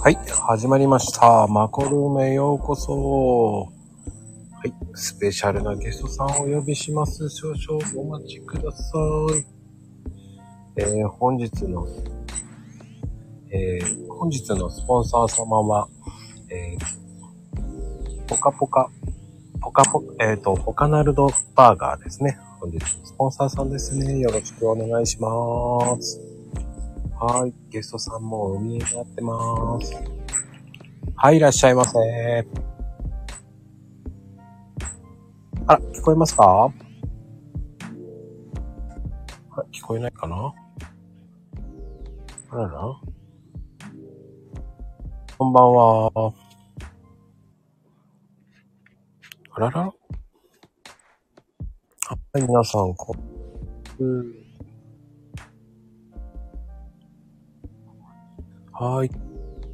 はい、始まりました。マコルームへようこそ。はい、スペシャルなゲストさんをお呼びします。少々お待ちください。本日のスポンサー様は、ポカポカ、ポカナルドバーガーですね。本日のスポンサーさんですね。よろしくお願いします。はい、ゲストさんもお見えになってます。はい、いらっしゃいませ。あら、聞こえますか？聞こえないかな？あらら？こんばんは。あらら？はい、皆さん、はい。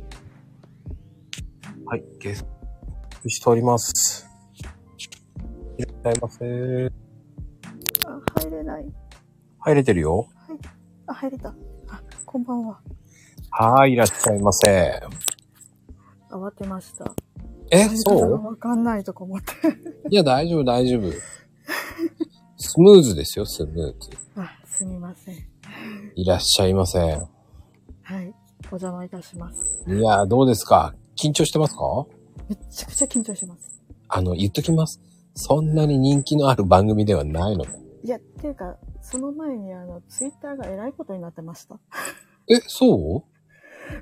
はい、ゲストしております。いらっしゃいませ。 入れない。 入れてるよ。 はい。入れた。こんばんは。 はい、いらっしゃいませ。 慌てました。 そう？ わかんないとか思って。 いや、大丈夫、大丈夫。スムーズですよ、スムーズ。 すみません。 いらっしゃいませ。 はい。お邪魔いたします。 いや、どうですか？緊張してますか？ めちゃくちゃ緊張してます。 言っときます。そんなに人気のある番組ではないので。 いや、っていうか、その前にツイッターがえらいことになってました。 そう？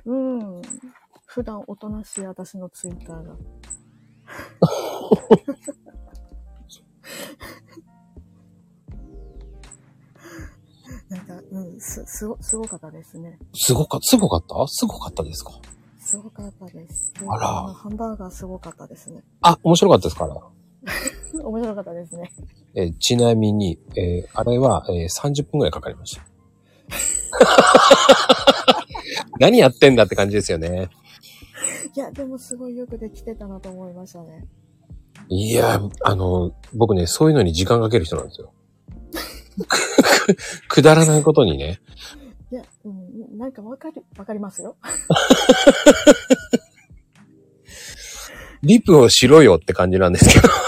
普段おとなしい私のツイッターが。なんか、すごかったですね。 すごかったすごかったですか？ すごかったです。 あら。 ハンバーガーすごかったですね。 面白かったですから。 面白かったですね。 ちなみに、あれは、30分くらいかかりました。何やってんだって感じですよね。 いや、でもすごいよくできてたなと思いましたね。 いや、僕ね、そういうのに時間かける人なんですよ。くだらないことにね。 いや、なんかわかりますよ。 リプをしろよって感じなんですけど。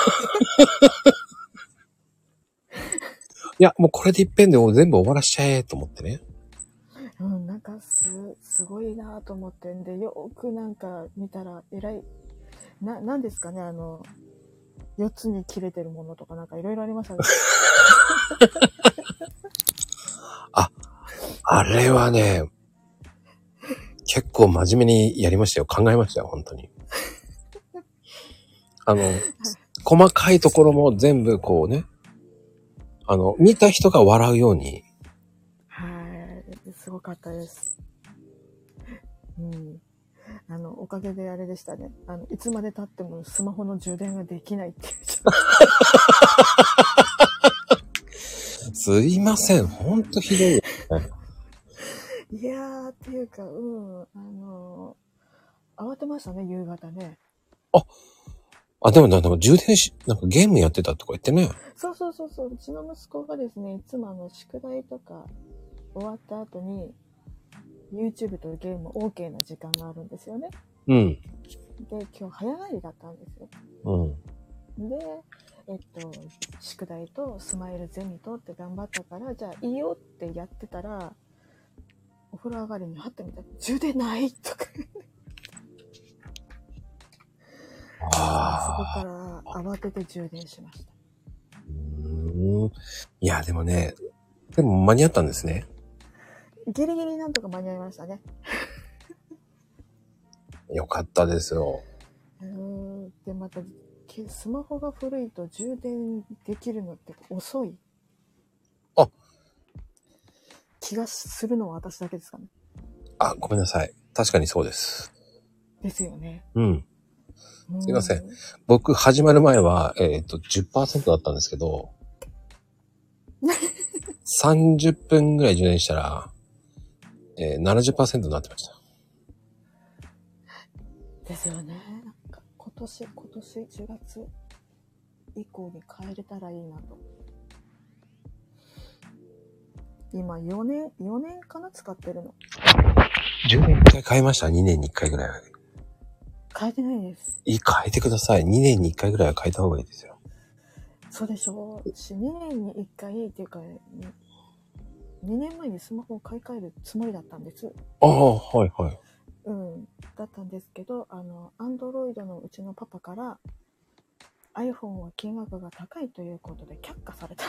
いや、もうこれで一遍で全部終わらしちゃえと思ってね。 なんかすごいなと思ってんで、よくなんか見たら偉い、なんですかね、4つに切れてるものとかなんかいろいろありましたね。 あれはね、結構真面目にやりましたよ。考えましたよ、本当に。細かいところも全部こうね、見た人が笑うように。 すごかったです。おかげであれでしたね。いつまで経ってもスマホの充電ができないっていう。 すいません。ほんとひどいよね。 いやー、っていうか、慌てましたね、夕方ね。 でも充電なんかゲームやってたとか言ってね。 そう。うちの息子がですね、いつも宿題とか終わった後に、YouTube とゲーム OK な時間があるんですよね。 うん。 で、今日早帰りだったんですよ。 うん。 で、宿題とスマイルゼミとって頑張ったから、じゃあいいよってやってたら、お風呂上がりにはってみたら、充電ないとか。そこから慌てて充電しました。 いや、でもね、間に合ったんですね。 ギリギリなんとか間に合いましたね。 よかったですよ。 で、また、スマホが古いと充電できるのって遅い気がするのは私だけですかね。 ごめんなさい。確かにそうです。 ですよね。 すいません。僕、始まる前は、10% だったんですけど、30分ぐらい充電したら、70% になってました。 ですよね。なんか今年10月以降に変えれたらいいなと。 今4年かな使ってるの。 10年1回買いました。2年に1回ぐらいは。 変えてないです。 変えてください。2年に1回ぐらいは変えた方がいいですよ。 そうでしょう。2年に1回っていうか、2年前にスマホを買い替えるつもりだったんです。 ああ、はいはい。 うん。だったんですけど、Android のうちのパパから、iPhone は金額が高いということで却下された。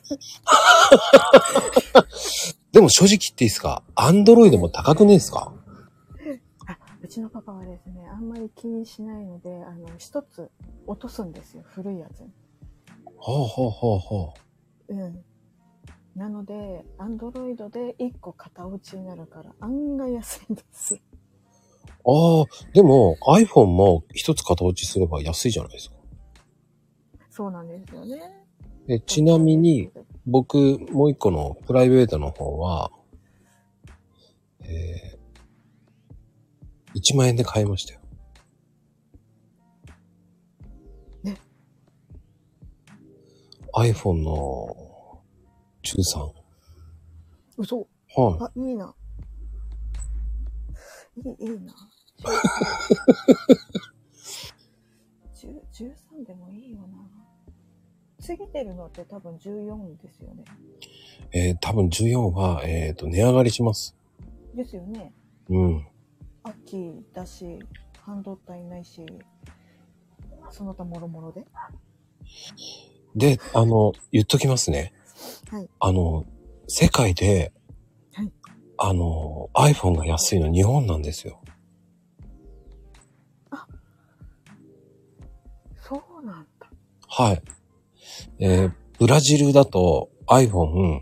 でも正直言っていいですか？アンドロイドも高くねえですか？ うちのパパはですね、あんまり気にしないので、一つ落とすんですよ、古いやつに。 ほうほうほうほうん。なので、Android で1個型落ちになるから、案外安いんです。 ああ、でも iPhone も一つ型落ちすれば安いじゃないですか。 そうなんですよね。 で、ちなみに、僕、もう一個のプライベートの方は、1万円で買いましたよ。 ね。 iPhone の13。 嘘。 はい。 あ、いいな。いいな。13でもいいよな。過ぎてるのって多分14ですよね。 多分14は、値上がりします。 ですよね。 うん。 秋だし、半導体ないし、その他もろもろで。 で、言っときますね。 はい。 世界で、 はい。 iPhone が安いの日本なんですよ。 あ、そうなんだ。 はい。ブラジルだと iPhone、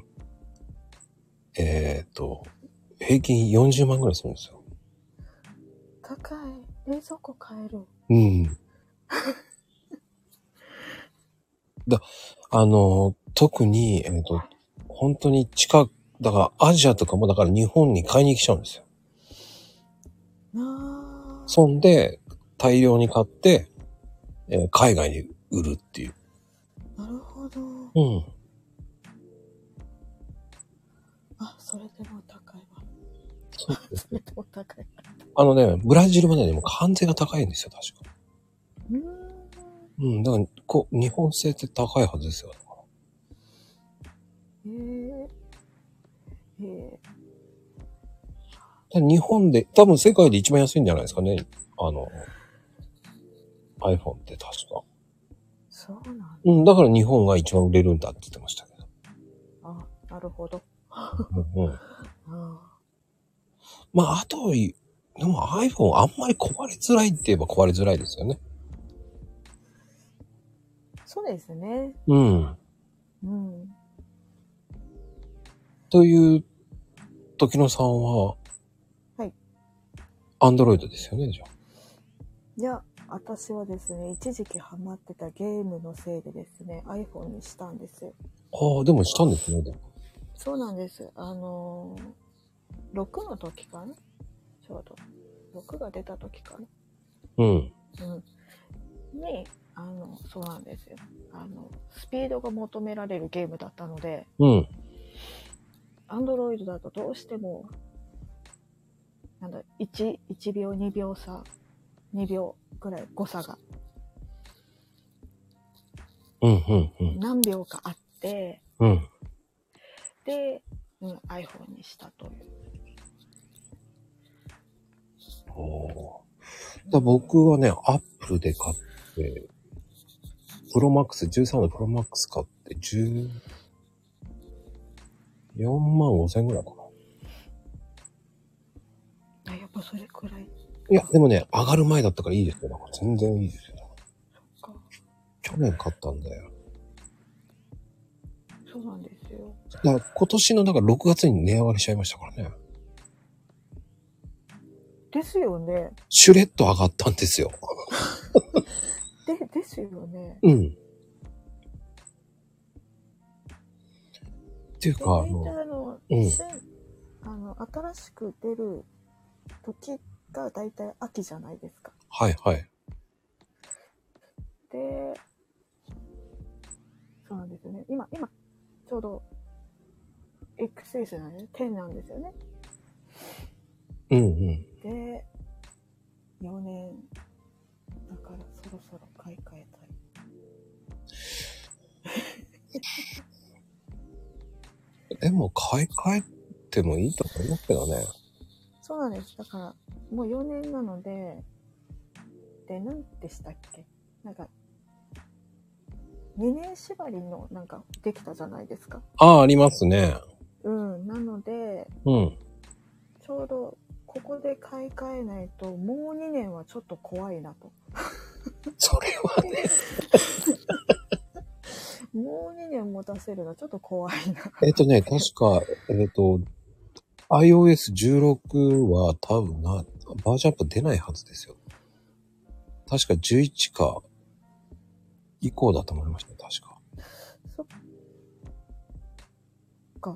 平均40万ぐらいするんですよ。 高い。冷蔵庫買える。 うん。特に、本当にだからアジアとかもだから日本に買いに来ちゃうんですよ。そんで、大量に買って、海外に売るっていう。 なるほど。 うん。 あ、それでも高いわ。 そうですね。 それでも高い。 ブラジルまででも関税が高いんですよ、確か。うん、だから、日本製って高いはずですよ。日本で、多分世界で一番安いんじゃないですかね。iPhone って確か。 そうなんだ。 うん、だから日本が一番売れるんだって言ってましたけど。 あ、なるほど。 うんうん、まあ、あと、でも iPhone あんまり壊れづらいって言えば壊れづらいですよね。 そうですね。 うん。 うん。 という時野さんは、 はい。 Android ですよね、じゃあ。 いや、私はですね、一時期ハマってたゲームのせいでですね、iPhone にしたんですよ。 ああ、でもしたんですね、でも。 そうなんです。6の時かな、ちょうど。6が出た時かな。 うん。 うん。に、そうなんですよ。スピードが求められるゲームだったので、 うん。 Android だとどうしても、1秒、2秒差、2秒ぐらい誤差が、何秒かあって、で、iPhone にしたという。 僕はね、Apple で買って、Pro Max、13の Pro Max 買って14万5千ぐらいかな。 やっぱそれくらい。 いや、でもね、上がる前だったからいいですよ。だから全然いいですよ。 そっか。 去年買ったんだよ。 そうなんですよ。 だから今年の、だから6月に値上がりしちゃいましたからね。 ですよね。 シュレッド上がったんですよ。 ですよね。 うん。っていうか、 大体新しく出る時が大体秋じゃないですか。 はいはい。 で、そうなんですよね。今、ちょうど、 XS なんで、10なんですよね。 うんうん。 で、4年。だからそろそろ買い替えたい。 でも買い替えてもいいと思いますけどね。 そうなんです。だから、もう4年なので、で、何でしたっけ？なんか、2年縛りのなんかできたじゃないですか。 ああ、ありますね。 うん。なので、 うん。 ちょうどここで買い替えないと、もう2年はちょっと怖いなと。 それはね。 もう2年持たせるのはちょっと怖いな。 確か、iOS16 は多分バージョンアップ出ないはずですよ。確か11か以降だと思いました、確か。 そっか。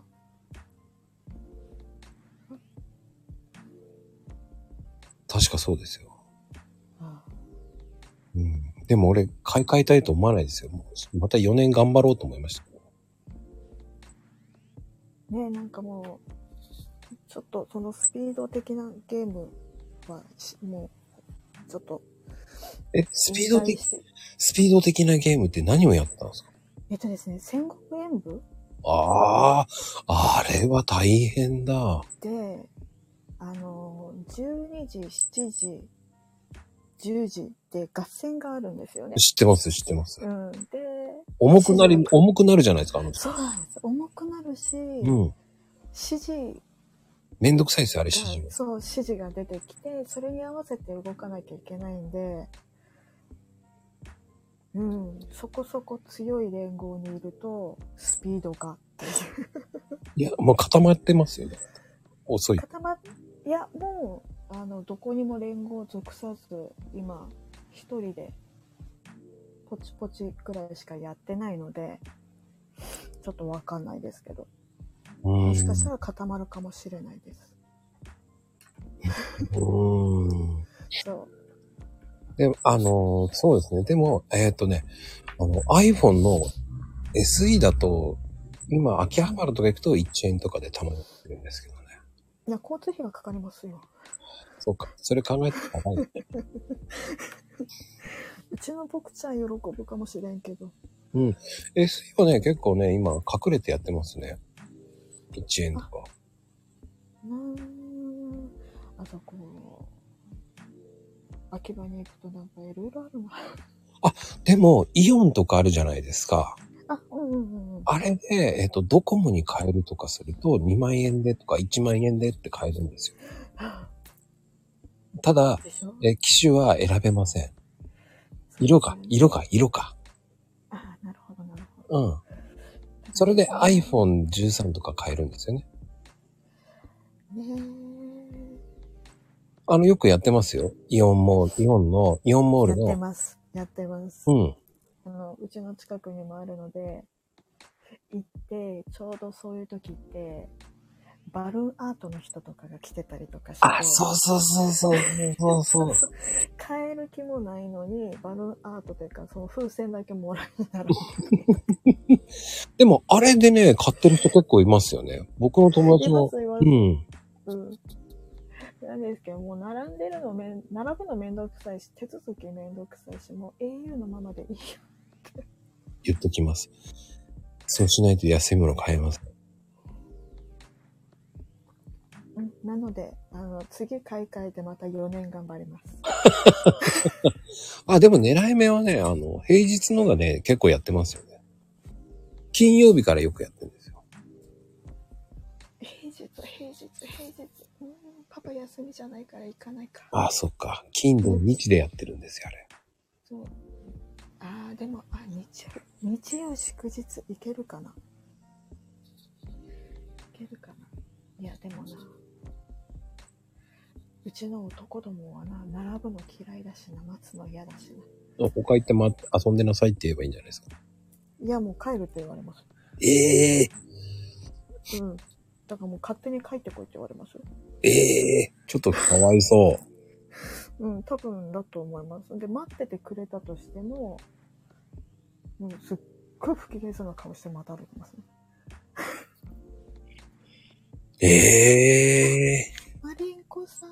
確かそうですよ。 ああ、 うん。でも俺、買い替えたいと思わないですよ。また4年頑張ろうと思いました。 ね、なんかもう、ちょっとそのスピード的なゲームはもうちょっとス引ピード的、 退してスピード的なゲームって何をやったんですか？ ですね、戦国演武ああ、あれは大変だ。 で、12時、7時、10時って合戦があるんですよね。 知ってます、知ってます。 うん。で、 重くなるじゃないですか、 そうなんです。重くなるし、 うん。 指示めんどくさいですよ、あれ、指示が。 そう、指示が出てきて、それに合わせて動かなきゃいけないんで、うん、そこそこ強い連合にいると、スピードがっていう。 いや、もう固まってますよね。遅い。 いや、もう、どこにも連合属さず、今、一人で、ポチポチくらいしかやってないので、ちょっとわかんないですけど、もしかしたら固まるかもしれないです。そう。 で、そうですね。でも、iPhone の SE だと、今、秋葉原とか行くと1円とかでたまに売ってるんですけどね。 いや、交通費がかかりますよ。 そうか。それ考えて高い。 うちの僕ちゃん喜ぶかもしれんけど。 うん。SE はね、結構ね、今、隠れてやってますね。1円とか。 あそこ、秋葉に行くとなんかいろいろあるな。 あ、でも、イオンとかあるじゃないですか。 うん。 あれで、ドコモに変えるとかすると、2万円でとか1万円でって買えるんですよ。ただ、機種は選べません。色か。 あ、なるほど。 うん。それで iPhone13 とか買えるんですよね。よくやってますよ。イオンの、イオンモールの。 やってます。 うん。 うちの近くにもあるので、行って、ちょうどそういう時って、バルーンアートの人とかが来てたりとかして。 あ、そう。 買える気もないのに、バルーンアートというか、その風船だけもらいになる。 でも、あれでね、買ってる人結構いますよね。僕の友達も。 います。うん。なんですけど、もう並ぶのめんどくさいし、手続きめんどくさいし、もう au のままでいいよって。 言っときます。そうしないと安いもの買えます。 なので、次買い替えてまた4年頑張ります。 あ、でも狙い目はね、平日のがね、結構やってますよね。金曜日からよくやってるんですよ。 平日。パパ休みじゃないから行かないか。 あ、そっか。金土日でやってるんですよ、あれ。 そう。でも、日曜祝日行けるかな。いや、でもな。うちの男どもはな、並ぶの嫌いだしな、待つの嫌だしな。他行って遊んでなさいって言えばいいんじゃないですか。 いや、もう帰るって言われます。うん。だからもう勝手に帰ってこいって言われますよ。 ちょっとかわいそう。 うん、多分だと思います。で、待っててくれたとしても、すっごい不機嫌そうな顔して待たれてますね。 マリンコさん、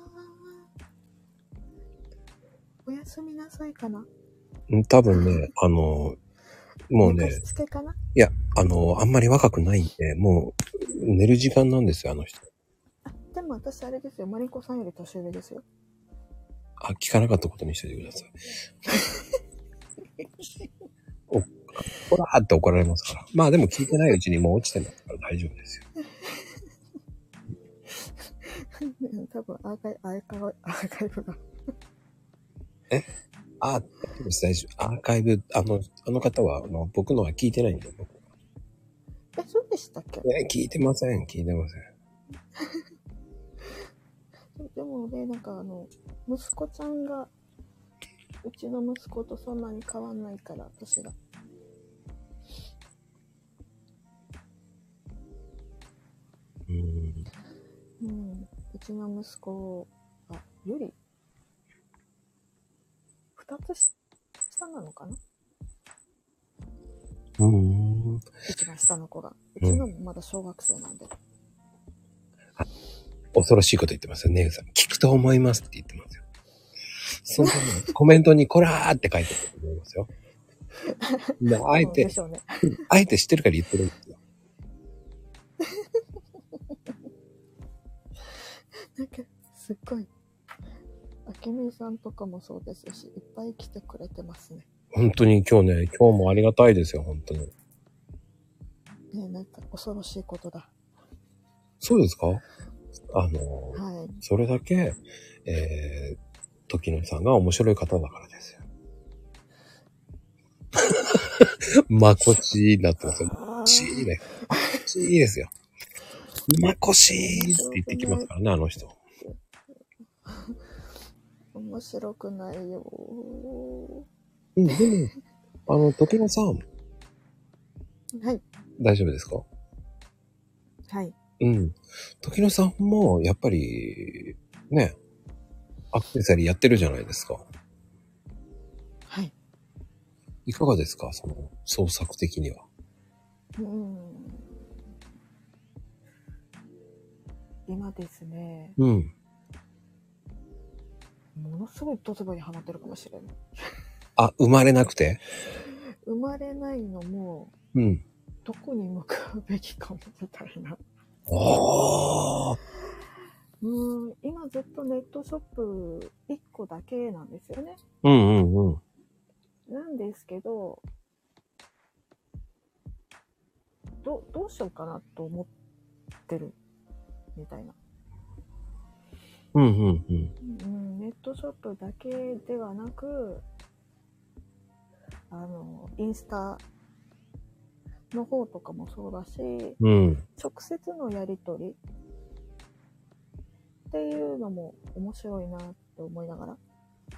おやすみなさいかな。 多分ね、もうね、 寝かしつけかな。 いや、あんまり若くないんで、もう、寝る時間なんですよ、あの人。 でも私あれですよ、マリンコさんより年上ですよ。 あ、聞かなかったことにしててください。ほらーって怒られますから。まあでも聞いてないうちにもう落ちてるから大丈夫ですよ。 多分アーカイブが。 大丈夫です、大丈夫。アーカイブ、あの方は、僕のは聞いてないんで、僕。 そうでしたっけ？ 聞いてません、聞いてません。 でもね、なんか息子ちゃんが、うちの息子とそんなに変わんないから、私が。うちの息子が、より、2つ下なのかな？一番下の子が。うちのもまだ小学生なんで。 恐ろしいこと言ってますよ、ネグさん。聞くと思いますって言ってますよ。そんなコメントにこらーって書いてると思いますよ。あえて、 ね、 あえて知ってるから言ってるんですよ。 なんか、すっごい。あけみさんとかもそうですし、いっぱい来てくれてますね。 本当に今日もありがたいですよ、本当に。 ね、なんか恐ろしいことだ。 そうですか？ はい。 それだけ、時野さんが面白い方だからですよ。まこしになってますよ。しーね。しーですよ。まこしーって言ってきますからね、あの人。 面白くないよ。 でも、時野さん。 はい。 大丈夫ですか？ はい。 時野さんも、やっぱり、ね、アクセサリーやってるじゃないですか。 はい。 いかがですか？その、創作的には。 今ですね。ものすごいドツボにはまってるかもしれない。 あ、生まれなくて？ 生まれないのも、どこに向かうべきかもみたいな。今ずっとネットショップ1個だけなんですよね。なんですけど、どうしようかなと思ってるみたいな。ネットショップだけではなく、インスタの方とかもそうだし、直接のやり取りっていうのも面白いなって思いながら。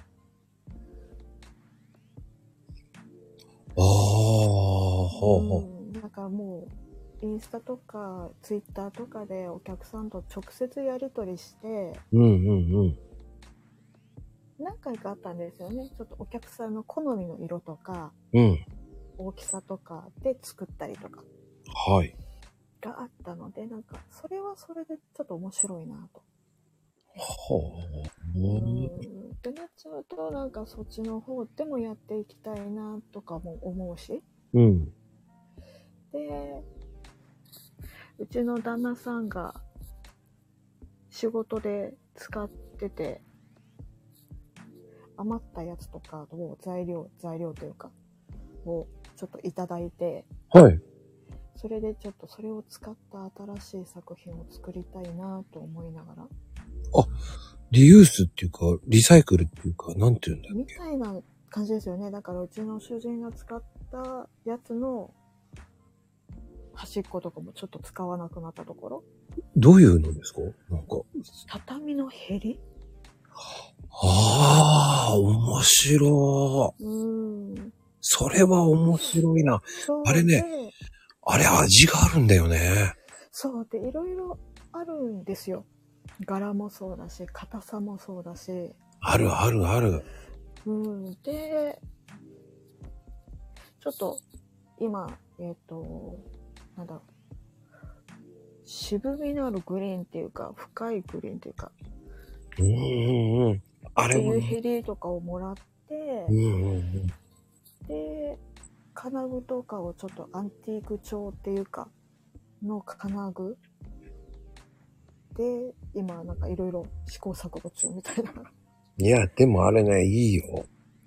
だからもうインスタとかツイッターとかでお客さんと直接やり取りして、何回かあったんですよね。ちょっとお客さんの好みの色とか、大きさとかで作ったりとかがあったので、なんかそれはそれでちょっと面白いなと。ってなっちゃうと、なんかそっちの方でもやっていきたいなとかも思うし、で、うちの旦那さんが仕事で使ってて余ったやつとかを材料というかをちょっといただいて、それでちょっとそれを使った新しい作品を作りたいなと思いながら。 リユースっていうかリサイクルっていうか、なんていうんだっけみたいな感じですよね。だからうちの主人が使ったやつの端っことかもちょっと使わなくなったところ。 どういうのですか？なんか畳のへり。 面白い。それは面白いな。あれね、あれ味があるんだよね。 そうで、いろいろあるんですよ。柄もそうだし、硬さもそうだし。 ある。 で、ちょっと今、 渋みのあるグリーンっていうか、深いグリーンっていうか、 あれもっていうヘリとかをもらって、で、金具とかをちょっとアンティーク調っていうか、の金具で、今なんかいろいろ試行錯誤中みたいな。 いや、でもあれね、いいよ。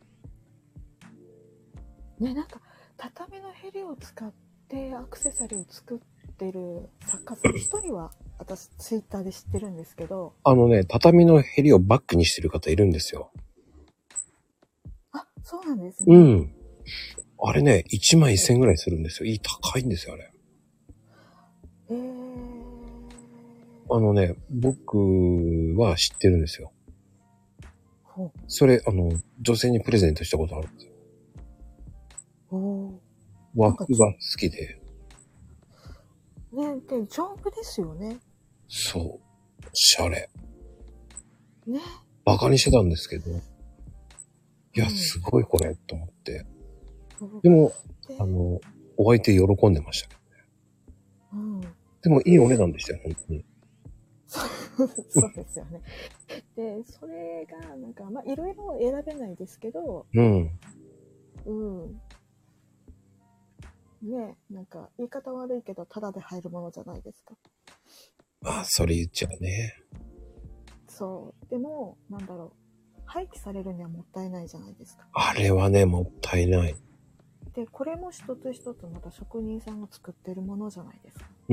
ね、なんか、畳のヘリを使ってアクセサリーを作ってる作家さん、一人は私ツイッターで知ってるんですけど。 畳のヘリをバックにしてる方いるんですよ。 あ、そうなんですね。 うん。あれね、1万1000円ぐらいするんですよ。高いんですよ、あれ。僕は知ってるんですよ。それ、女性にプレゼントしたことあるんですよ。和服が好きで。 ね、で、丈夫ですよね。 そう。おしゃれ。 ね。 バカにしてたんですけど。いや、すごいこれ、と思って。でも、お相手喜んでましたけどね。でも、いいお値段でしたよ、本当に。 そうですよね。で、それが、なんか、まあ、いろいろ選べないですけど、ね、なんか、言い方悪いけど、タダで入るものじゃないですか。 あ、それ言っちゃうね。 そう。でも、なんだろう。廃棄されるにはもったいないじゃないですか。 あれはね、もったいない。 で、これも一つ一つまた職人さんが作ってるものじゃないですか。 で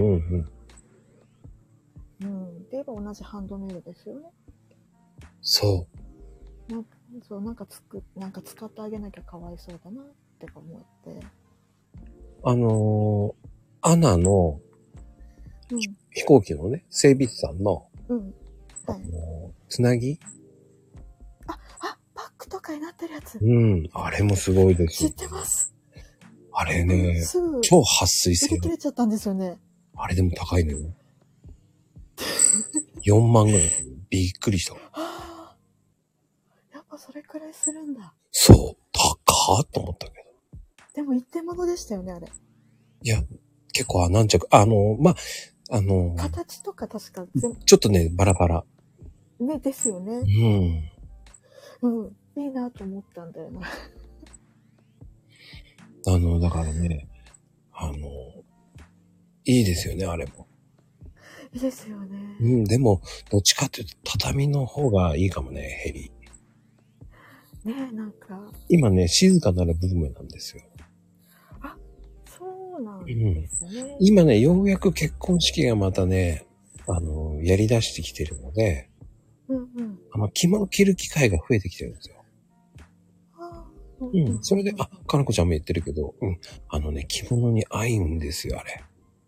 言えば同じハンドメイドですよね。 そう。 なんか使ってあげなきゃかわいそうだなって思って。 アナの、飛行機のね、整備士さんの、つなぎ？ バッグとかになってるやつ。 あれもすごいですよ。 知ってます。 あれね、超撥水性。 売り切れちゃったんですよね。 あれでも高いのよ。4万ぐらい。びっくりした。 やっぱそれくらいするんだ。 そう。高っと思ったけど。 でも一点物でしたよね、あれ。 いや、結構何着、 形とか確かちょっとね、バラバラ。 ね、ですよね。いいなと思ったんだよな。 だからね、いいですよね、あれも。 いいですよね。 でも、どっちかっていうと、畳の方がいいかもね、ヘリ。 ね、なんか。 今ね、静かなるブームなんですよ。 あ、そうなんですね。 今ね、ようやく結婚式がまたね、やり出してきてるので、着物着る機会が増えてきてるんですよ。それで、かなこちゃんも言ってるけど、着物に合うんですよ、あれ。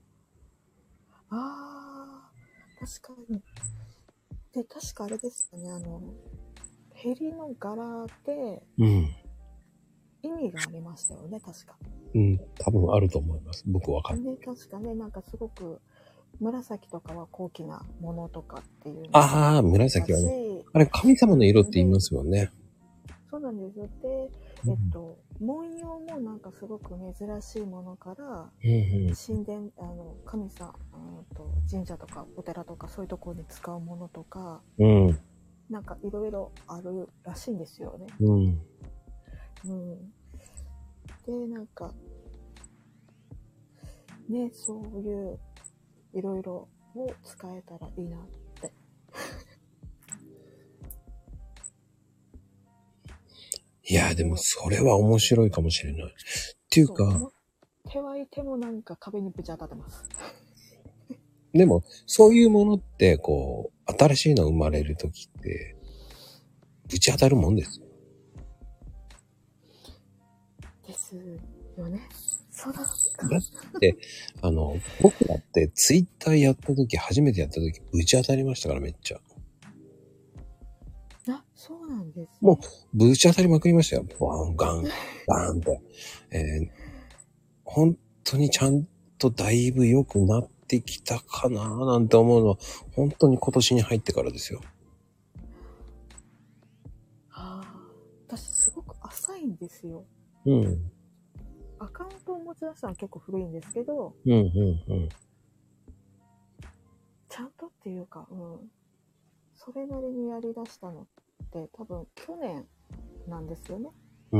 確かに。で、確かあれですかね、ヘリの柄で、意味がありましたよね、確か。 多分あると思います。僕わかんない。 確かね、なんかすごく、紫とかは高貴なものとかっていうの。紫はね。あれ、神様の色って言いますもんね。 そうなんですよ。で、文様もなんかすごく珍しいものから、神殿、神様、神社とかお寺とかそういうところに使うものとか、なんかいろいろあるらしいんですよね。で、なんか、ね、そういういろいろを使えたらいいなって。 いや、でもそれは面白いかもしれない。っていうか、 手はいてもなんか壁にぶち当たってます。 でも、そういうものって、こう、新しいの生まれるときって、ぶち当たるもんですよ。 ですよね。そうだ。 だって、僕だってツイッターやったとき、初めてやったとき、ぶち当たりましたから、めっちゃ。 そうなんです、ね。 もう、ぶち当たりまくりましたよ。バン、ガン、バンって。本当にちゃんとだいぶ良くなってきたかなーなんて思うのは、本当に今年に入ってからですよ。 私すごく浅いんですよ。アカウントを持ち出したのは結構古いんですけど、 ちゃんとっていうか、それなりにやりだしたのって多分去年なんですよね。 うん。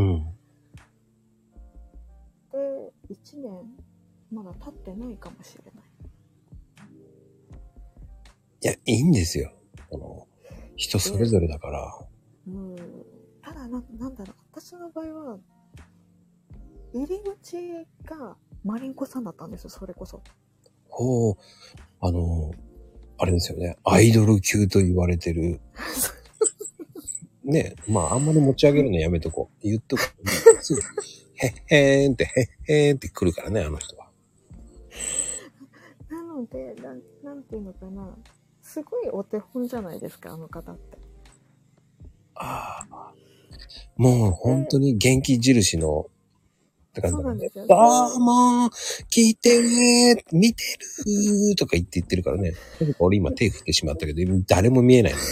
で、1年まだ経ってないかもしれない。 いや、いいんですよ。人それぞれだから。 ただなんだろう、私の場合は、入り口がマリンコさんだったんですよ、それこそ。 ほう、あれですよね。アイドル級と言われてる。ね、まあ、あんまり持ち上げるのやめとこう。言っとく。すぐ、へっへーんって、へっへーんって来るからね、あの人は。 なので、なんていうのかな。すごいお手本じゃないですか、あの方って。 ああ。もう本当に元気印の、って感じそうなんですよ。 どうもー、聞いてねー、見てるーとか言ってるからね。俺今手振ってしまったけど、誰も見えないの。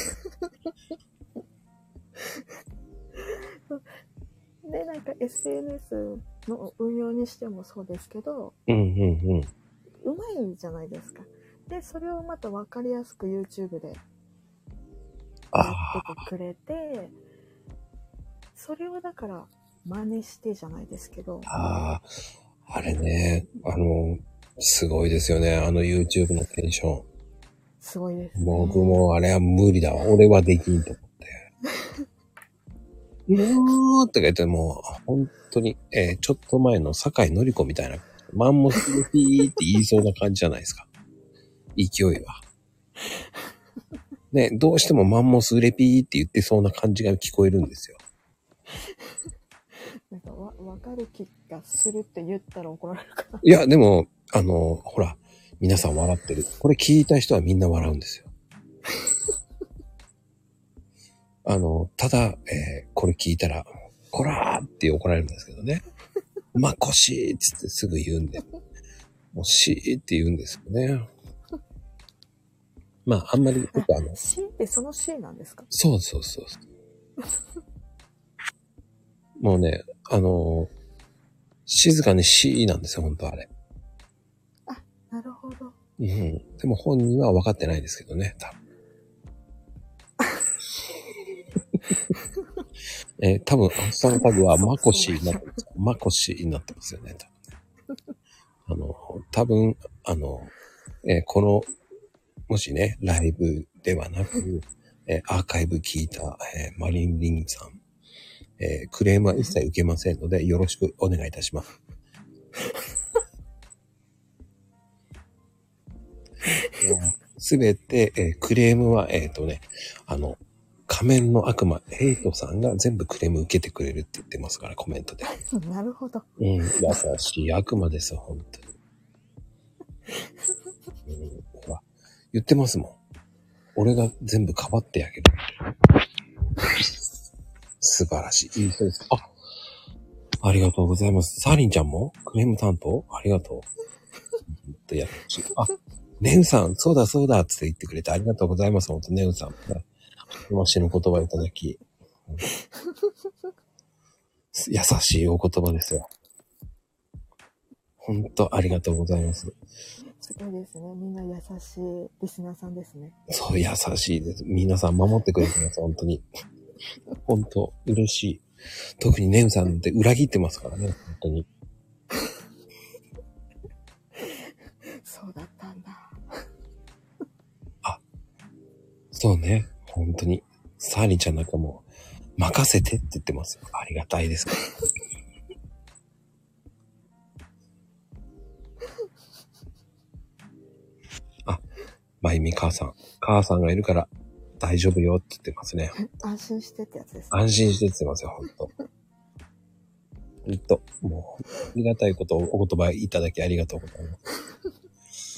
で、なんか SNS の運用にしてもそうですけど、 うんうんうん。 うまいじゃないですか。で、それをまた分かりやすく YouTube でやっててくれて、それをだから真似してじゃないですけど。 あれね、すごいですよね。YouTube のテンション。 すごいですね。 僕もあれは無理だわ。俺はできんと思って。うーって言ってもう、本当に、ちょっと前の酒井のり子みたいな、マンモスでピーって言いそうな感じじゃないですか。勢いは。ね、どうしてもマンモスレピーって言ってそうな感じが聞こえるんですよ。 なんかわかる気がするって言ったら怒られるかな。 いや、でも、ほら、皆さん笑ってる。これ聞いた人はみんな笑うんですよ。ただ、これ聞いたら、こらーって怒られるんですけどね。まこしーっつってすぐ言うんで。もうしーって言うんですよね。まあ、あんまり、ちょっと C ってその C なんですか？ そうそうそう。もうね、静かにしーなんですよ、本当あれ。 あ、なるほど。 うん。でも本人は分かってないですけどね、多分。多分、明日のタグはマコシーになってます。マコシーになってますよね、多分、この、もしね、ライブではなく、アーカイブ聞いた、マリンリンさん、クレームは一切受けませんので、よろしくお願いいたします。すべて、クレームは、仮面の悪魔、ヘイトさんが全部クレーム受けてくれるって言ってますから、コメントで。 なるほど。 うん、優しい悪魔ですよ、本当に。ほら、言ってますもん。俺が全部かばってあげる。素晴らしい。いい人です。ありがとうございます。サーリンちゃんもクレーム担当ありがとう。やってほしい。ネウさん、そうだそうだって言ってくれてありがとうございます。本当ネウさん。わしの言葉をいただき。優しいお言葉ですよ。本当ありがとうございます。 すごいですね。みんな優しいリスナーさんですね。 そう、優しいです。皆さん守ってくれてます、本当に。本当、嬉しい。特にネウさんって裏切ってますからね、本当に。 そうだったんだ。 そうね、本当に。サーリンちゃんなんかもう、任せてって言ってますよ。ありがたいです。まゆみ母さん。母さんがいるから大丈夫よって言ってますね。 安心してってやつです、ね。 安心してって言ってますよ、ほんと。ほんと、もう、ありがたいことをお言葉いただきありがとうございます。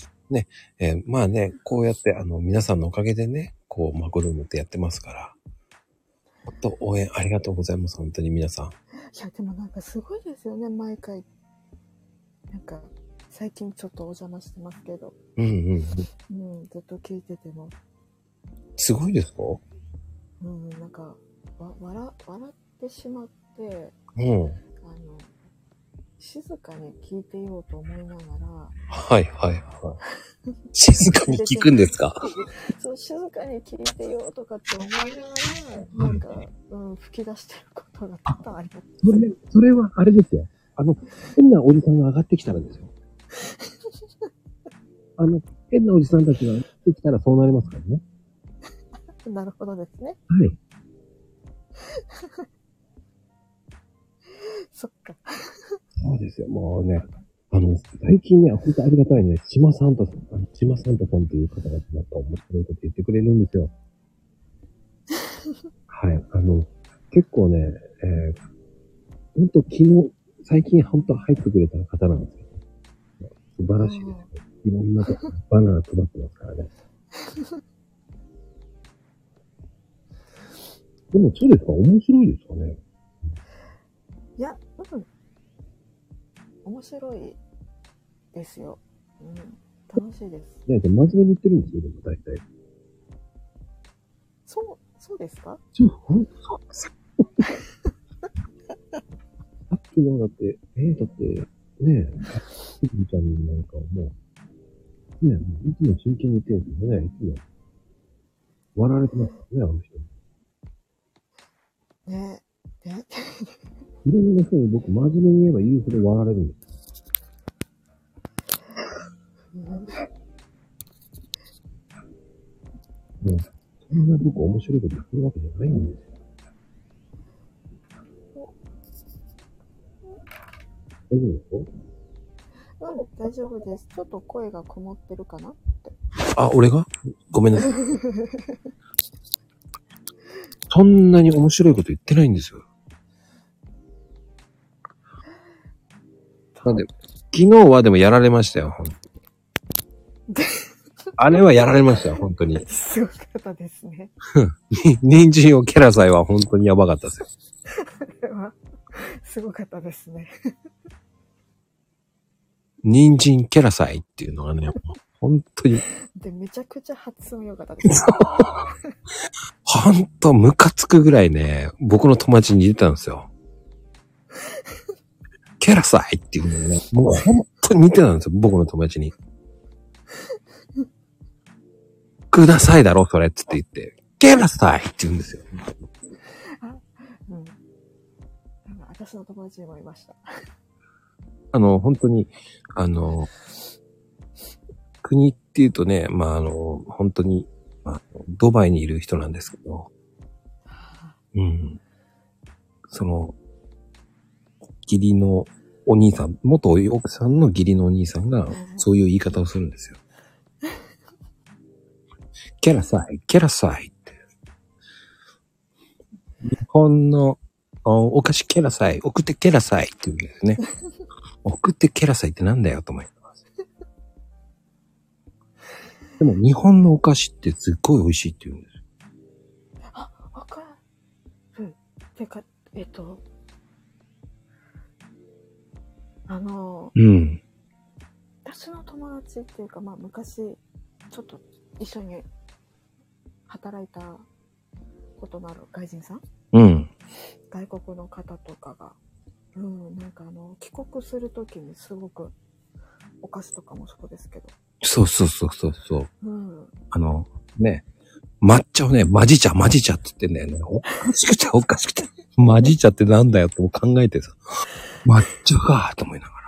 ね、まあね、こうやって皆さんのおかげでね、こう、マコルームってやってますから、ほんと応援ありがとうございます、本当に皆さん。 いや、でもなんかすごいですよね、毎回。なんか、最近ちょっとお邪魔してますけど。 うんうんうん。 ずっと聞いてても。 すごいですか？ なんか、笑ってしまって、 うん。 静かに聞いてようと思いながら。 はいはいはい。静かに聞くんですか？ そう、静かに聞いてよとかって思いながら、なんか、吹き出してることが多々あります。 それはあれですよ。変なおじさんが上がってきたらですよ。変なおじさんたちが上がってきたらそうなりますからね。 なるほどですね。 はい。 そっか。 そうですよ。もうね、最近ね、本当ありがたいね、島サンタさんという方がまた面白いこと言ってくれるんですよ。はい。結構ね、本当最近本当入ってくれた方なんですよ。素晴らしいですよ。いろんなとこバナナ配ってますからね。でもそうですか？面白いですかね？ いや、面白いですよ。楽しいです。 いや、真面目に言ってるんですよ、でも大体。 そうですか？ そうですよ。さっきのだって、だって、ねえ、ひちゃんなんかもう、ねえ、いつも真剣に言ってるんですよね、いつも。笑われてますからね、あの人。 ね。 いろんな人に僕真面目に言えば言うほど笑われるんです。もう、そんな僕面白いこと言ってるわけじゃないんですよ。大丈夫ですか？ 大丈夫です。ちょっと声がこもってるかなって。 あ、俺が？ごめんなさい。そんなに面白いこと言ってないんですよ。なんで、昨日はでもやられましたよ、ほんと。あれはやられましたよ、本当に。 すごかったですね。 人参を蹴らさいは本当にやばかったですよ。 あれは、すごかったですね。 人参蹴らさいっていうのがね、本当に。 で、めちゃくちゃ発音良かったですね。 ほんとムカつくぐらいね、僕の友達に似てたんですよ。蹴らさいっていうのがね、もう本当に似てたんですよ、僕の友達に。くださいだろ、それっつって言って、蹴らさいって言うんですよ。 私の友達にもいました。 本当に、国っていうとね、本当に、ドバイにいる人なんですけど、義理のお兄さん、元奥さんの義理のお兄さんが、そういう言い方をするんですよ。蹴らさいって。日本のお菓子蹴らさい、送って蹴らさいって言うんですね。送って蹴らさいってなんだよと思います。でも日本のお菓子ってすっごい美味しいって言うんですよ。 あ、わかる。てか、私の友達っていうか、昔、ちょっと一緒に働いたことのある外人さん、外国の方とかが、なんか帰国するときにすごく、お菓子とかもそうですけど。そう。 ね、抹茶をね、マジ茶って言ってんだよね。おかしくて。マジ茶ってなんだよって考えてさ、抹茶かと思いながら。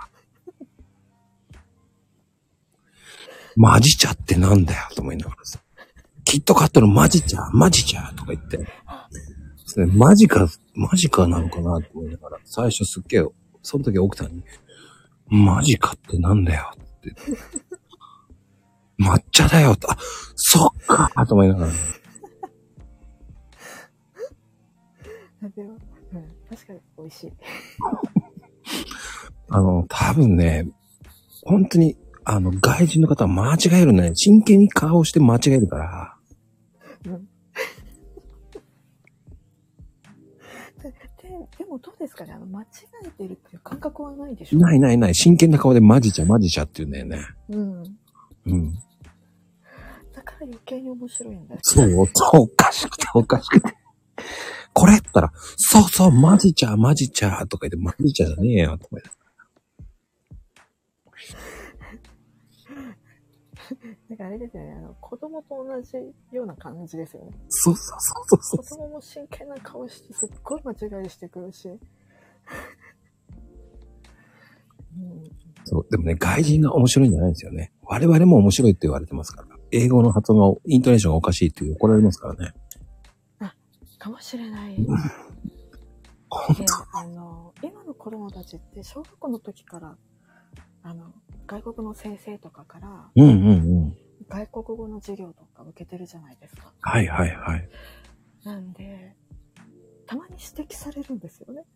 マジ茶ってなんだよと思いながらさ。キットカットのマジ茶とか言って。マジかなのかなと思いながら、最初すっげえ、その時奥さんに、マジかってなんだよって。抹茶だよと、そっかと思いながら。 でも、確かに美味しい。 多分ね、本当に、外人の方は間違えるね。真剣に顔して間違えるから。 でもどうですかね、間違えてるっていう感覚はないでしょ？ ない。真剣な顔でマジ茶って言うんだよね。 だから余計に面白いんだよ。 そう、おかしくて。これって言ったら、そう、マジ茶とか言って、マジ茶じゃねえよ、とか言って。 なんかあれですよね、子供と同じような感じですよね。 そうそうそうそう子供も真剣な顔してすっごい間違いしてくるし。 そう。でもね、外人が面白いんじゃないんですよね。我々も面白いって言われてますから。英語の発音が、イントネーションがおかしいって怒られますからね。 あ、かもしれない。 本当。 今の子供たちって小学校の時から、外国の先生とかから、外国語の授業とか受けてるじゃないですか。 はいはいはい。 なんで、たまに指摘されるんですよね。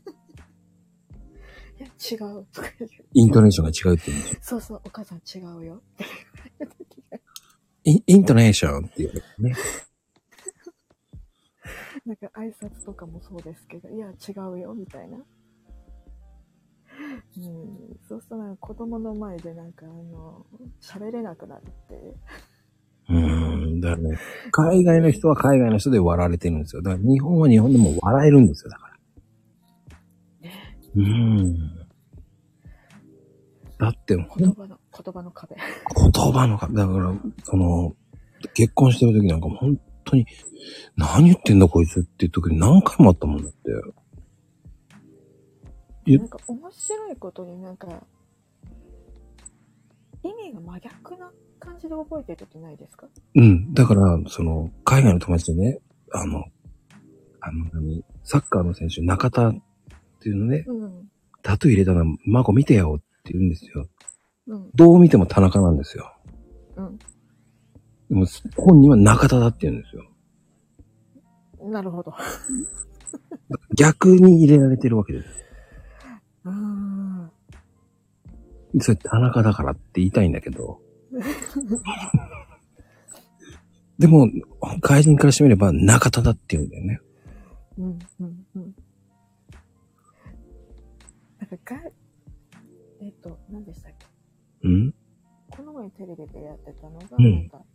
いや、違うとか言う。 イントネーションが違うって言うんですよ。 そうそう、お母さん違うよ。 イントネーションって言われるね。 なんか挨拶とかもそうですけど、いや、違うよ、みたいな。そうしたら子供の前でなんか喋れなくなるっていう。 だからね、海外の人は海外の人で笑われてるんですよ。だから日本は日本でも笑えるんですよ、だから。だって言葉の壁。 言葉の壁。だから、結婚してる時なんか本当に、何言ってんだこいつっていう時に何回もあったもんだって。 なんか面白いことになんか、意味が真逆な感じで覚えてる時ないですか？ だから、海外の友達でね、サッカーの選手、中田っていうのね、タトゥー入れたの孫見てよって言うんですよ。どう見ても田中なんですよ。でも本人は中田だって言うんですよ。 なるほど。 逆に入れられてるわけです。それ田中だからって言いたいんだけど。でも、外人からしてみれば中田だって言うんだよね。 なんか何でしたっけ？この前テレビでやってたのが、なんか、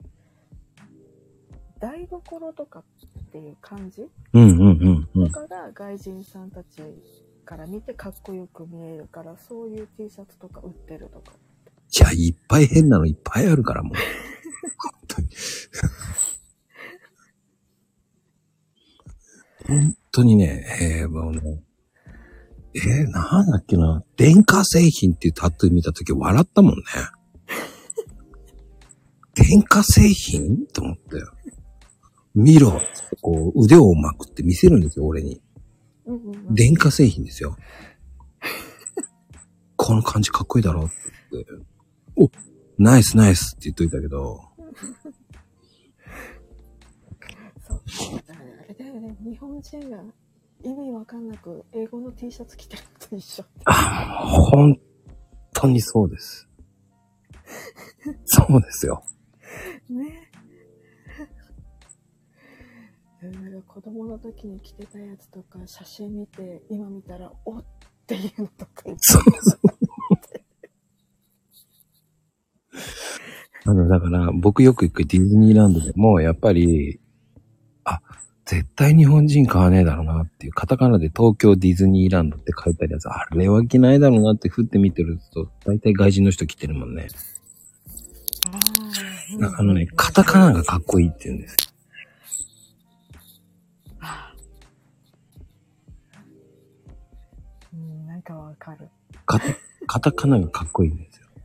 台所とかっていう感じとかが外人さんたちから見てかっこよく見えるから、そういう T シャツとか売ってるとか。 いや、いっぱい変なのいっぱいあるからもう。本当に。本当にね、もうね、なんだっけな、電化製品っていうタトゥー見たとき笑ったもんね。電化製品と思って。見ろこう腕をまくって見せるんですよ、俺に。電化製品ですよ。この感じかっこいいだろって言って。お、ナイスナイスって言っといたけど。 そう。だからあれだよね、日本人が意味わかんなく英語の T シャツ着てるのと一緒って。 本当にそうです。そうですよ。 ね。子供の時に着てたやつとか写真見て今見たらおっていうのとかそうだから僕よく行くディズニーランドでもやっぱり絶対日本人買わねえだろうなっていうカタカナで東京ディズニーランドって書いてあるやつ、あれは着ないだろうなって振って見てると大体外人の人着てるもんね。カタカナがかっこいいって言うんです。 なんかわかる。 カタカナがかっこいいんですよ。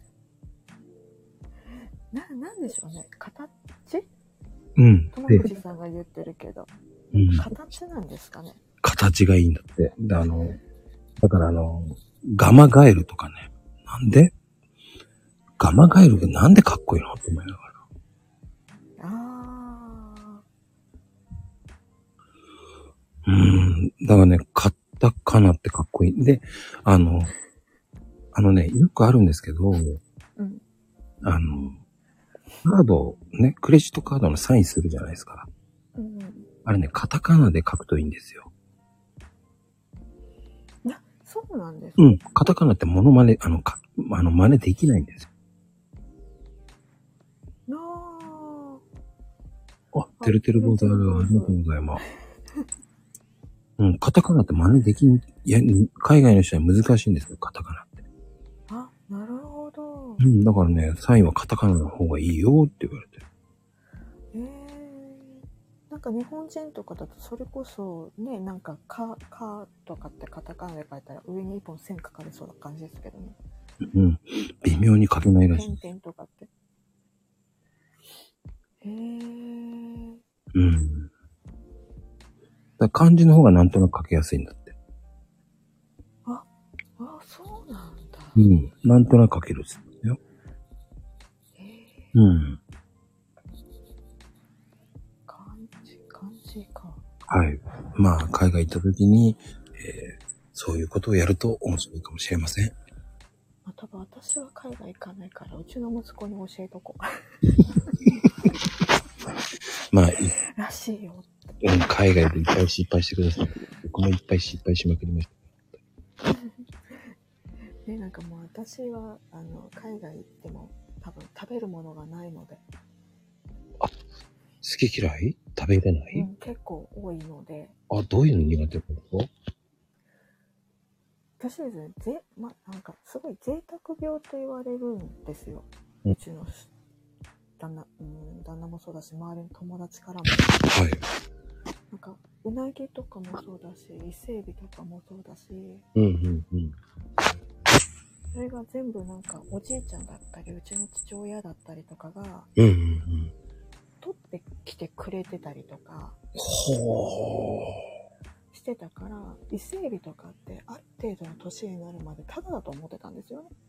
なんでしょうね。形？友藤さんが言ってるけど。形なんですかね。 形がいいんだって。だからガマガエルとかね。なんでガマガエルがなんでかっこいいのと思いながら。だからね、カタカナってかっこいい。で、よくあるんですけど、カードね、クレジットカードのサインするじゃないですか。あれね、カタカナで書くといいんですよ。 そうなんですか？カタカナってモノマネ、真似できないんですよ。てるてるございます。ありがとうございます。カタカナって真似できん、いや、海外の人は難しいんですよ、カタカナって。 なるほど。 うん、だからね、サインはカタカナの方がいいよって言われて。 なんか日本人とかだとそれこそね、なんかかとかってカタカナで書いたら上に一本線書かれそうな感じですけどね。 うん。微妙に書けないらしい。 点々とかって。うん。 だ漢字の方がなんとなく書きやすいんだって。 あ、そうなんだ。 うん。なんとなく書けるっすよ。うん。漢字か。はい。まあ、海外行った時に、そういうことをやると面白いかもしれません。 まあ、多分私は海外行かないから、うちの息子に教えとこう。 まあ、 らしいよ。 海外でいっぱい失敗してください。僕もいっぱい失敗しまくりました。 ね、なんかもう私は海外行っても多分食べるものがないので。 あ、好き嫌い食べれない、 結構多いので。 あ、どういうの苦手なの？ 私ですね、なんかすごい贅沢病と言われるんですよ。 うちの旦那もそうだし、周りの友達からも。 はい。 なんかうなぎとかもそうだし、伊勢海老とかもそうだし。それが全部なんかおじいちゃんだったり、うちの父親だったりとかが、取ってきてくれてたりとかしてたから、伊勢海老とかってある程度の年になるまでタダだと思ってたんですよね。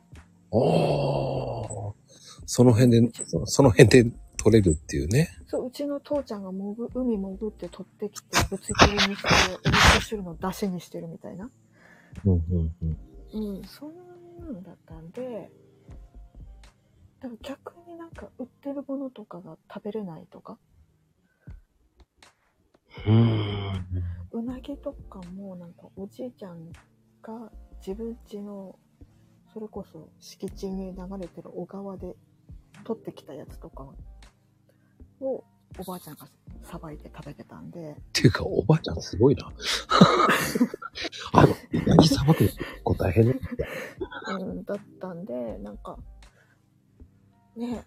その辺で取れるっていうね。 そう、うちの父ちゃんが海潜って取ってきて、ぶつ切りにして、お味噌汁の出汁にしてるみたいな。そんなんだったんで、だから逆になんか売ってるものとかが食べれないとか。うなぎとかもなんかおじいちゃんが自分家のそれこそ敷地に流れてる小川で取ってきたやつとかをおばあちゃんがさばいて食べてたんで。 っていうかおばあちゃんすごいな。うなぎさばくの結構大変だった。 だったんで、なんかね、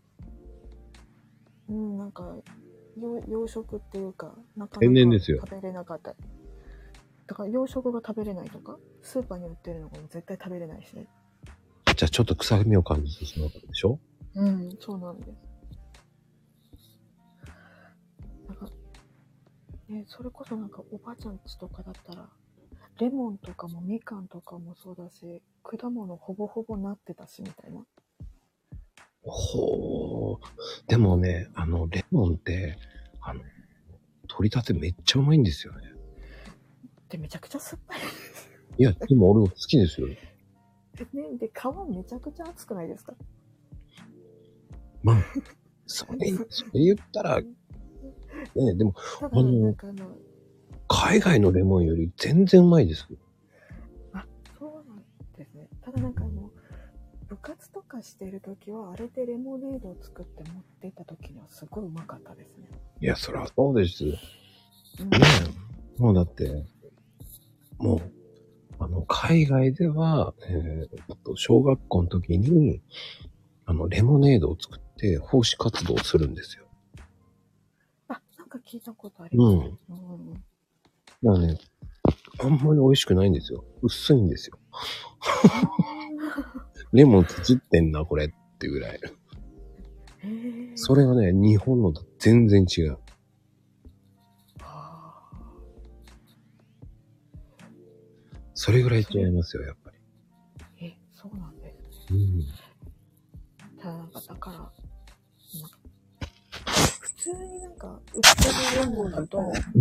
なんか洋食っていうかなかなか食べれなかった。だから洋食が食べれないとか、スーパーに売ってるのが絶対食べれないしね。 じゃあちょっと臭みを感じてしまったでしょ？ そうなんです。なんかね、それこそなんかおばあちゃん家とかだったらレモンとかもみかんとかもそうだし、果物ほぼほぼなってたしみたいな。 でもね、レモンって、取り立てめっちゃうまいんですよね。 で、めちゃくちゃ酸っぱい。 いや、でも俺好きですよ。 ね、で、皮めちゃくちゃ熱くないですか？ まあ、それ言ったら、ね、でも、海外のレモンより全然うまいです。 そうなんですね。ただなんか部活とかしてるときは、あれでレモネードを作って持ってったときにはすごいうまかったですね。 いや、そりゃそうです。ねもうだって、もう、海外では、小学校の時に、レモネードを作って奉仕活動をするんですよ。 なんか聞いたことありますね。 だからね、あんまり美味しくないんですよ。薄いんですよ。レモンつってんな、これっていうぐらい。それがね、日本のと全然違う。それぐらい違いますよ、やっぱり。 そうなんですね。だから、普通になんか売ってるレモンだと、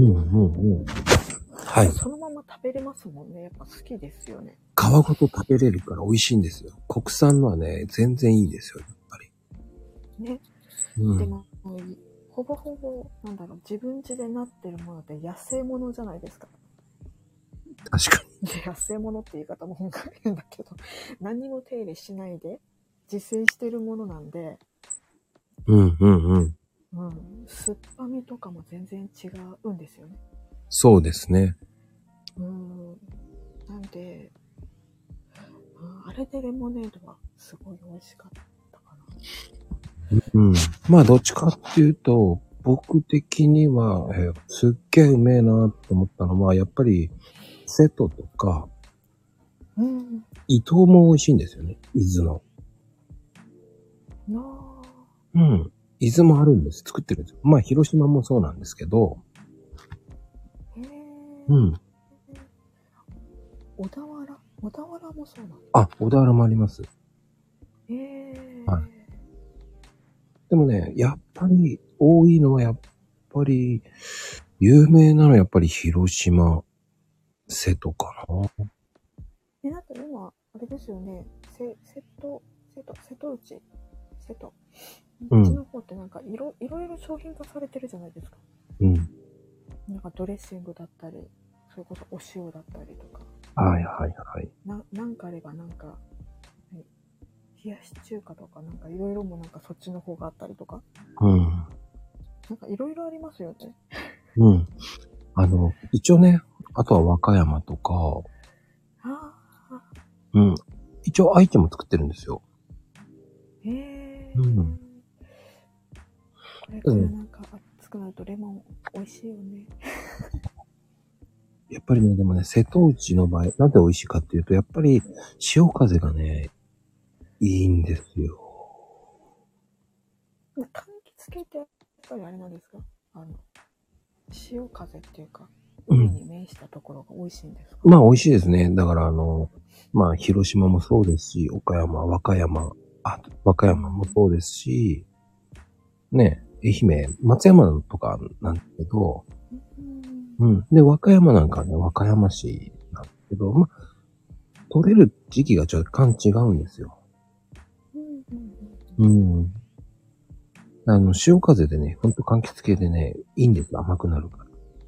はい。そのまま食べれますもんね。やっぱ好きですよね。 皮ごと食べれるから美味しいんですよ。国産のはね、全然いいですよ、やっぱり。 ね。でも、ほぼほぼ、自分家でなってるものって野生ものじゃないですか。 確かに。 野生ものって言い方も変だけど、何にも手入れしないで自生してるものなんで、酸っぱみとかも全然違うんですよね。 そうですね。 なんで、 あれでレモネードはすごい美味しかったかうん。まあ、どっちかっていうと、僕的には、すっげえうめえなと思ったのは、やっぱり、瀬戸とか、 な。うん。 伊東も美味しいんですよね。伊豆の。 なうん。伊豆もあるんです。作ってるんですよ。まあ、広島もそうなんですけど、 ぁ。へうん。 小田原もそうなの？ あ、小田原もあります。 へぇはい。でもね、やっぱり、多いのはやっぱり、有名なのはやっぱり広島、瀬戸かな。 なんか今、あれですよね。瀬戸内瀬戸。 うん。 こっちの方ってなんかいろいろ商品化されてるじゃないですか。 うん。 なんかドレッシングだったり、それこそお塩だったりとか。 はいはいはい。 なんかあればなんか、はい、冷やし中華とかなんかいろいろもなんかそっちの方があったりとか。 うん。 なんかいろいろありますよね。 うん。一応ね、あとは和歌山とか、 ああ、 うん。一応愛知も作ってるんですよ。 へえ。 うん。 これうん。 からなんか暑くなるとレモン美味しいよね。 やっぱりね、でもね、瀬戸内の場合、なんで美味しいかっていうと、やっぱり潮風がね、いいんですよ。 柑橘系ってやっぱりあれなんですか？潮風っていうか、海うん。 に面したところが美味しいんですか？ まあ美味しいですね。だからまあ広島もそうですし、和歌山もうん。 そうですし、ね、愛媛、松山とかなんだけど、 うん。 うん。で、和歌山なんかね、和歌山市なんだけど、まあ、取れる時期が若干違うんですよ。 うんうんうん。潮風でね、ほんと柑橘系でね、いいんですよ。甘くなるから。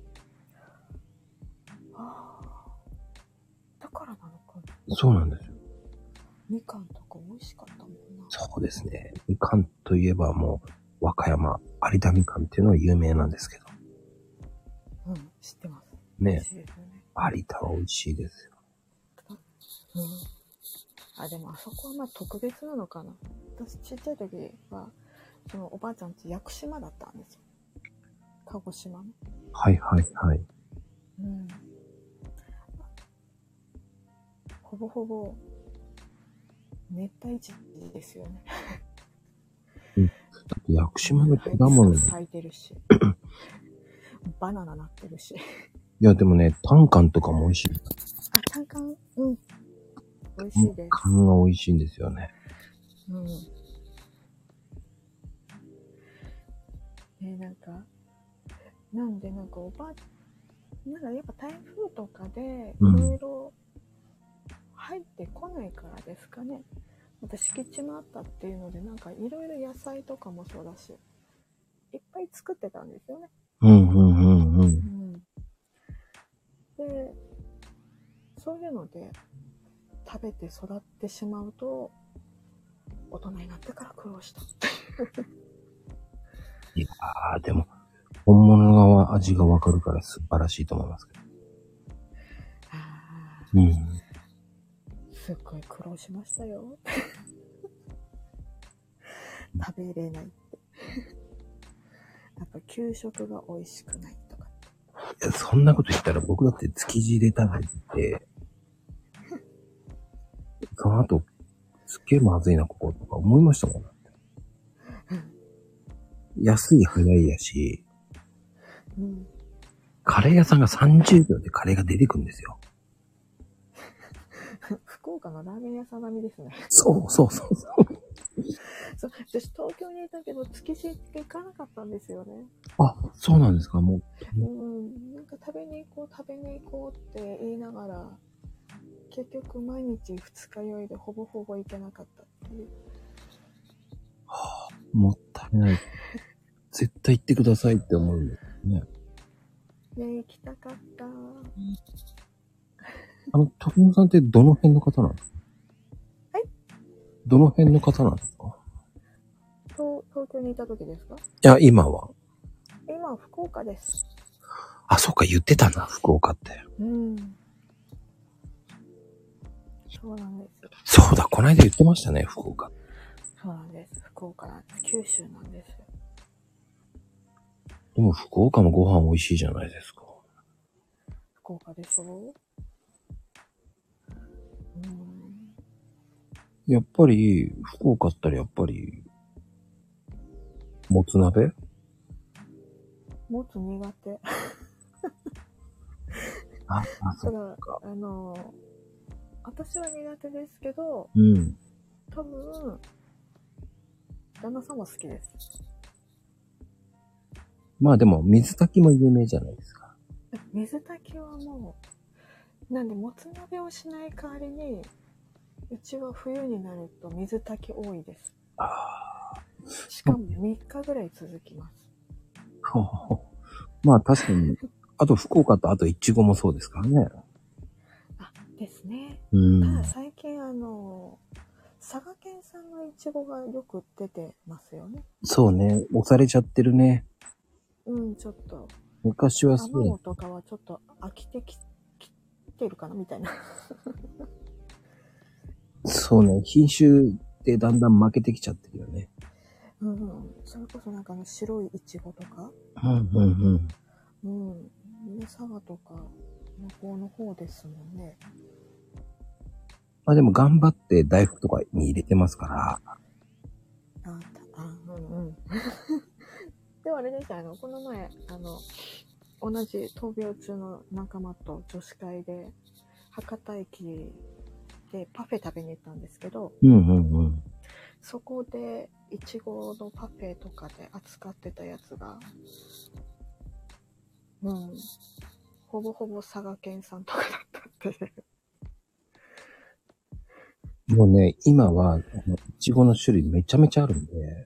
ああ、だからなのかな。 そうなんですよ。 みかんとか美味しかったもんな。 そうですね。みかんといえばもう、和歌山、有田みかんっていうのは有名なんですけど。 うん、知ってます。美味ね。 しいですよね。 有田は美味しいですよ。 うん。あ、でもあそこはまあ特別なのかな。私ちっちゃい時は、そのおばあちゃんち屋久島だったんですよ。鹿児島の。 はいはいはい。 うん。ほぼほぼ熱帯地ですよね。 うん。だって屋久島のハイビス果物、いカス咲いてるし、バナナなってるし。 やでもね、タンカンとかも美味しい。 あ、単管、うん。美味タンしいです。 カンが美味しいんですよね。 うん。なんか、なんでなんかなんかやっぱ台風とかでいろうん。 いろ入ってこないからですかね。また敷地もあったっていうので、なんかいろいろ野菜とかもそうだし、いっぱい作ってたんですよね。 うんうんうんうん。 うん。で、そういうので食べて育ってしまうと、大人になってから苦労した。 いやでも、本物の味がわかるから素晴らしいと思いますけど。 あうん。 ー、すっごい苦労しましたよ。食べれないって。あと給食が美味しくないとか。 いや、そんなこと言ったら僕だって築地で食べて、その後、すっげえまずいな、こことか思いましたもん。安い早いやし、 うん。 カレー屋さんが30秒でカレーが出てくるんですよ。 福岡のラーメン屋さん並みですね。 そうそうそうそう。 そう、私東京にいたけど築地行かなかったんですよね。 あ、そうなんですか、もう。 うん、なんか食べに行こうって言いながら、結局毎日二日酔いでほぼほぼ行けなかったっていう。 もったいない。絶対行ってくださいって思うんですね。 ね、行きたかった。 徳野さんってどの辺の方なんですか？ はい。 どの辺の方なんですか？ 東京にいた時ですか？ いや、今は。 今は福岡です。 あ、そっか、言ってたな、福岡って。 うん。 そうなんです。 そうだ、この間言ってましたね、福岡。 そうなんです。福岡なんです。九州なんですよ。 でも福岡もご飯美味しいじゃないですか。 福岡でしょ？ やっぱり、福岡ったらやっぱり、もつ鍋？ もつ苦手。 あ、そっただ、 か。 私は苦手ですけど、 うん。 多分、旦那さんは好きです。 まあでも、水炊きも有名じゃないですか。 水炊きはもう、なんで、もつ鍋をしない代わりに、うちは冬になると水炊き多いです。しかも3日ぐらい続きます。 まあ確かに、あと福岡とあといちごもそうですからね。 あ、ですね。 うん。 ただ最近佐賀県産のいちごがよく出てますよね。 そうね、押されちゃってるね。 うん、ちょっと。 昔はそうだ。 アマオとかはちょっと飽きてきてるかなみたいな。 そうね、品種ってだんだん負けてきちゃってるよね。 うん。それこそなんか白いいちごとか。 うんうんうん。 うん。ね、佐賀とか向こうの方ですもんね。 まあでも頑張って大福とかに入れてますから。 うん。でもあれですよ、この前、同じ闘病中の仲間と女子会で、博多駅でパフェ食べに行ったんですけど、 うんうんうん。 そこで、いちごのパフェとかで扱ってたやつが、うん、ほぼほぼ佐賀県産とかだったっていう。 もうね、今は、いちごの種類めちゃめちゃあるんで。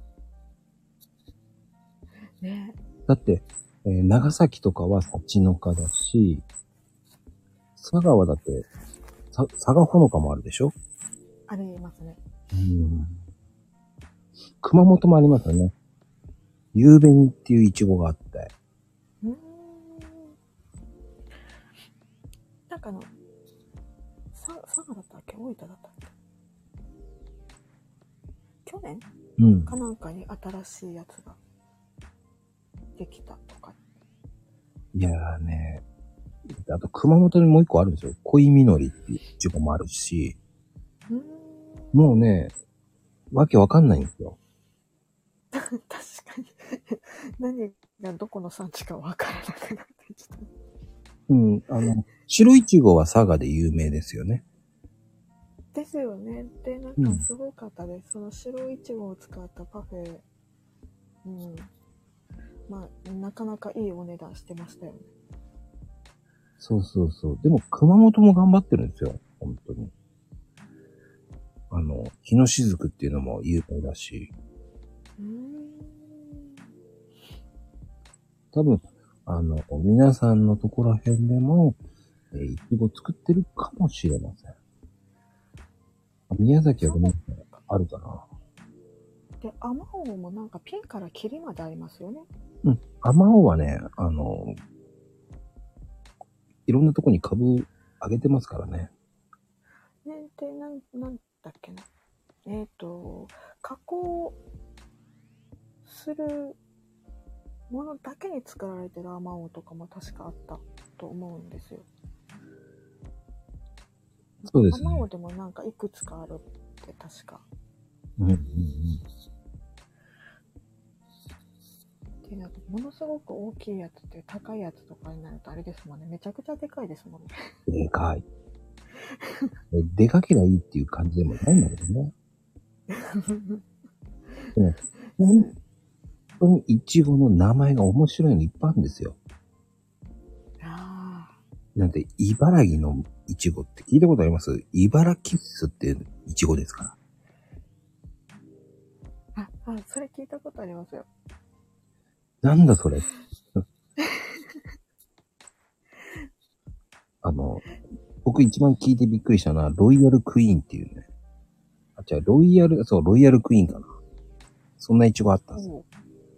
ね。 だって、長崎とかは幸の花だし、佐賀はだって、佐賀ほのかもあるでしょ？ ありますね。 うん。熊本もありますよね。ゆうべにっていうイチゴがあって。 なんか佐賀だったっけ大分だったっけ去年うん。 かなんかに新しいやつができたとか。 いやーね。あと熊本にもう一個あるんですよ。恋みのりっていうイチゴもあるし。もうね、わけわかんないんですよ。 確かに。何がどこの産地かわからなくなってきた。 うん。白いちごは佐賀で有名ですよね。 ですよね。で、なんかすごかったです。その白いちごを使ったパフェ。うん。まあ、なかなかいいお値段してましたよね。 そうそうそう。でも熊本も頑張ってるんですよ。本当に。日の雫っていうのも有名だし。多分、皆さんのところら辺でも、いちご作ってるかもしれません。宮崎はごめんなさい。あるかな。 で、あまおうもなんかピンからキリまでありますよね。 うん。あまおうはね、いろんなとこに株上げてますからね。 ね、で、なんだっけな。加工するものだけに作られてるあまおうとかも確かあったと思うんですよ。 そうですね。 あまおうでもなんかいくつかあるって確か。 うんうんうん。 で、なんかものすごく大きいやつって高いやつとかになるとあれですもんね。めちゃくちゃでかいですもんね。 でかい。でかけりゃいいっていう感じでもないんだけどね。でも本当にイチゴの名前が面白いのいっぱいあるんですよ。なんて、茨城のイチゴって聞いたことあります？茨城スっていうイチゴですから。 それ聞いたことありますよ。 なんだそれ。僕一番聞いてびっくりしたのは、ロイヤルクイーンっていうね。ロイヤルクイーンかな。そんなイチゴあったんですよ。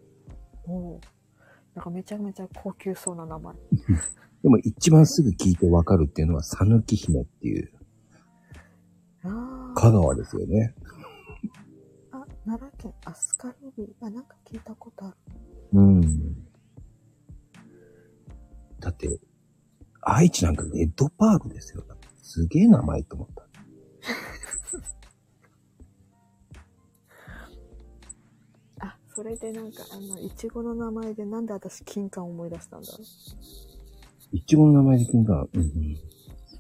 なんかめちゃめちゃ高級そうな名前。 でも一番すぐ聞いてわかるっていうのは、さぬき姫っていう。 香川ですよね。 奈良県アスカルビ。なんか聞いたことある。 うん。だって、愛知なんかレッドパークですよ。すげえ名前と思った。 それでなんかいちごの名前でなんで私金柑を思い出したんだろう。 いちごの名前で金柑。うんうん。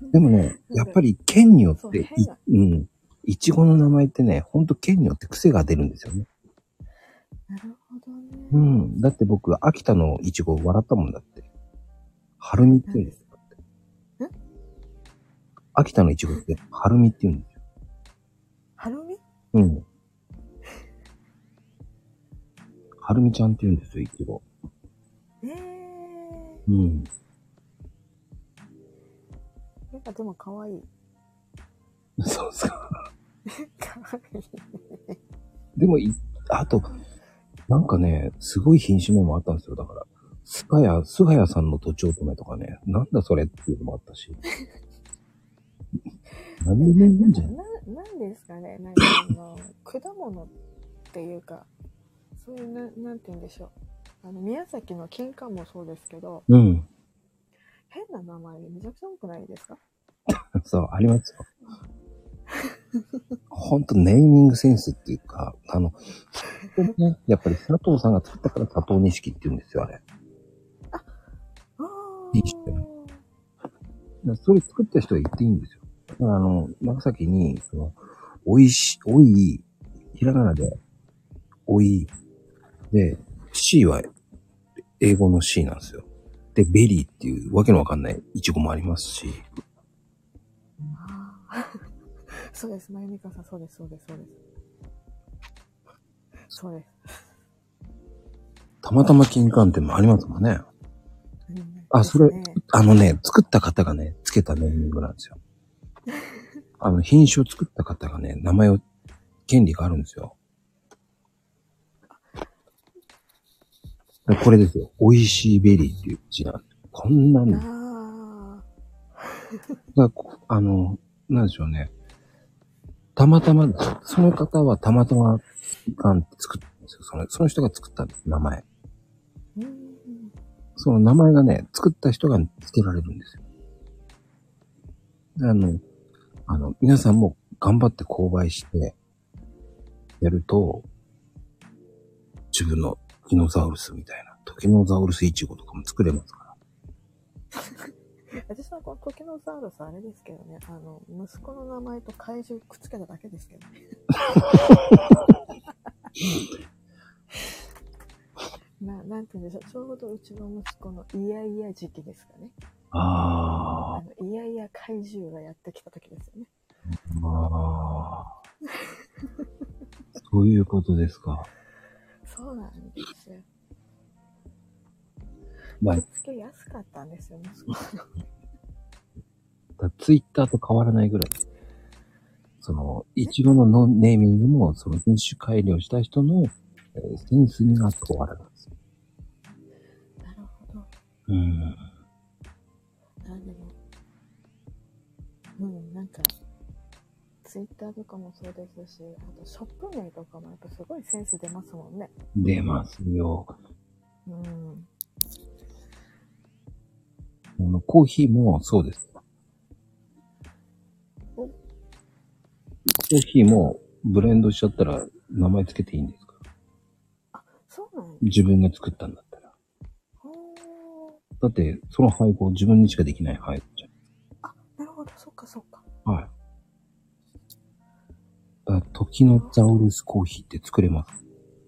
でもね、やっぱり県によって、いちごの名前ってね、ほんと県によって癖が出るんですよね。 なるほどね。 うん。だって僕、秋田のいちご笑ったもんだって。はるみって言うんですよ。秋田のいちごって、はるみって言うんですよ。 はるみ？ うん。はるみちゃんって言うんですよ、いちご。うん。 なんかでも可愛い。 そうっすか。 可愛い。 でも、あと、なんかね、すごい品種名もあったんですよ。だから、菅谷さんのとちおとめとかね、なんだそれっていうのもあったし。何でもいいんじゃん。 なんですかね、なんか果物っていうか、そういうなんて言うんでしょう。宮崎の金柑もそうですけど、 うん。 変な名前でめちゃくちゃ多くないですか？ そう、ありますよ。ほんとネーミングセンスっていうか、ね、やっぱり佐藤さんが作ったから佐藤錦って言うんですよ、あれ。いい人ね。それ作った人は言っていいんですよ。だから長崎に、おい、ひらがなで、おい、で、C は英語の C なんですよ。で、ベリーっていうわけのわかんないイチゴもありますし。 そうです、まゆみかさん、そうです。そうです。 たまたま金柑店もありますもんね。それ、作った方がね、つけたネーミングなんですよ。品種を作った方がね、名前を、権利があるんですよ。これですよ。美味しいベリーっていう字なんです。こんなんです。なんでしょうね。たまたま、その方はたまたま作ったんですよ。その人が作ったんです、名前。その名前がね、作った人が付けられるんですよ。で皆さんも頑張って購買して、やると、自分のティノザウルスみたいな、トキノザウルスイチゴとかも作れますから。 私はこのトキノザウルスあれですけどね、息子の名前と怪獣くっつけただけですけどね。なんて言うんでしょう、ちょうどうちの息子のイヤイヤ時期ですかね。イヤイヤ怪獣がやってきた時ですよね。 そういうことですか。 そうなんですよ。 くっつけやすかったんですよ、息子の。ツイッターと変わらないぐらい。イチゴのネーミングも、品種改良した人の、センスにが問われるんですよ。 なるほど。でも、なんか、ツイッターとかもそうですし、あとショップ名とかもやっぱすごいセンス出ますもんね。 出ますよ。コーヒーもそうです。コーヒーもブレンドしちゃったら名前つけていいんですか？ そうなんですか？ 自分が作ったんだったら。だって、その配合自分にしかできない配合じゃん。 なるほど、そっか。 はい。時のザウルスコーヒーって作れます。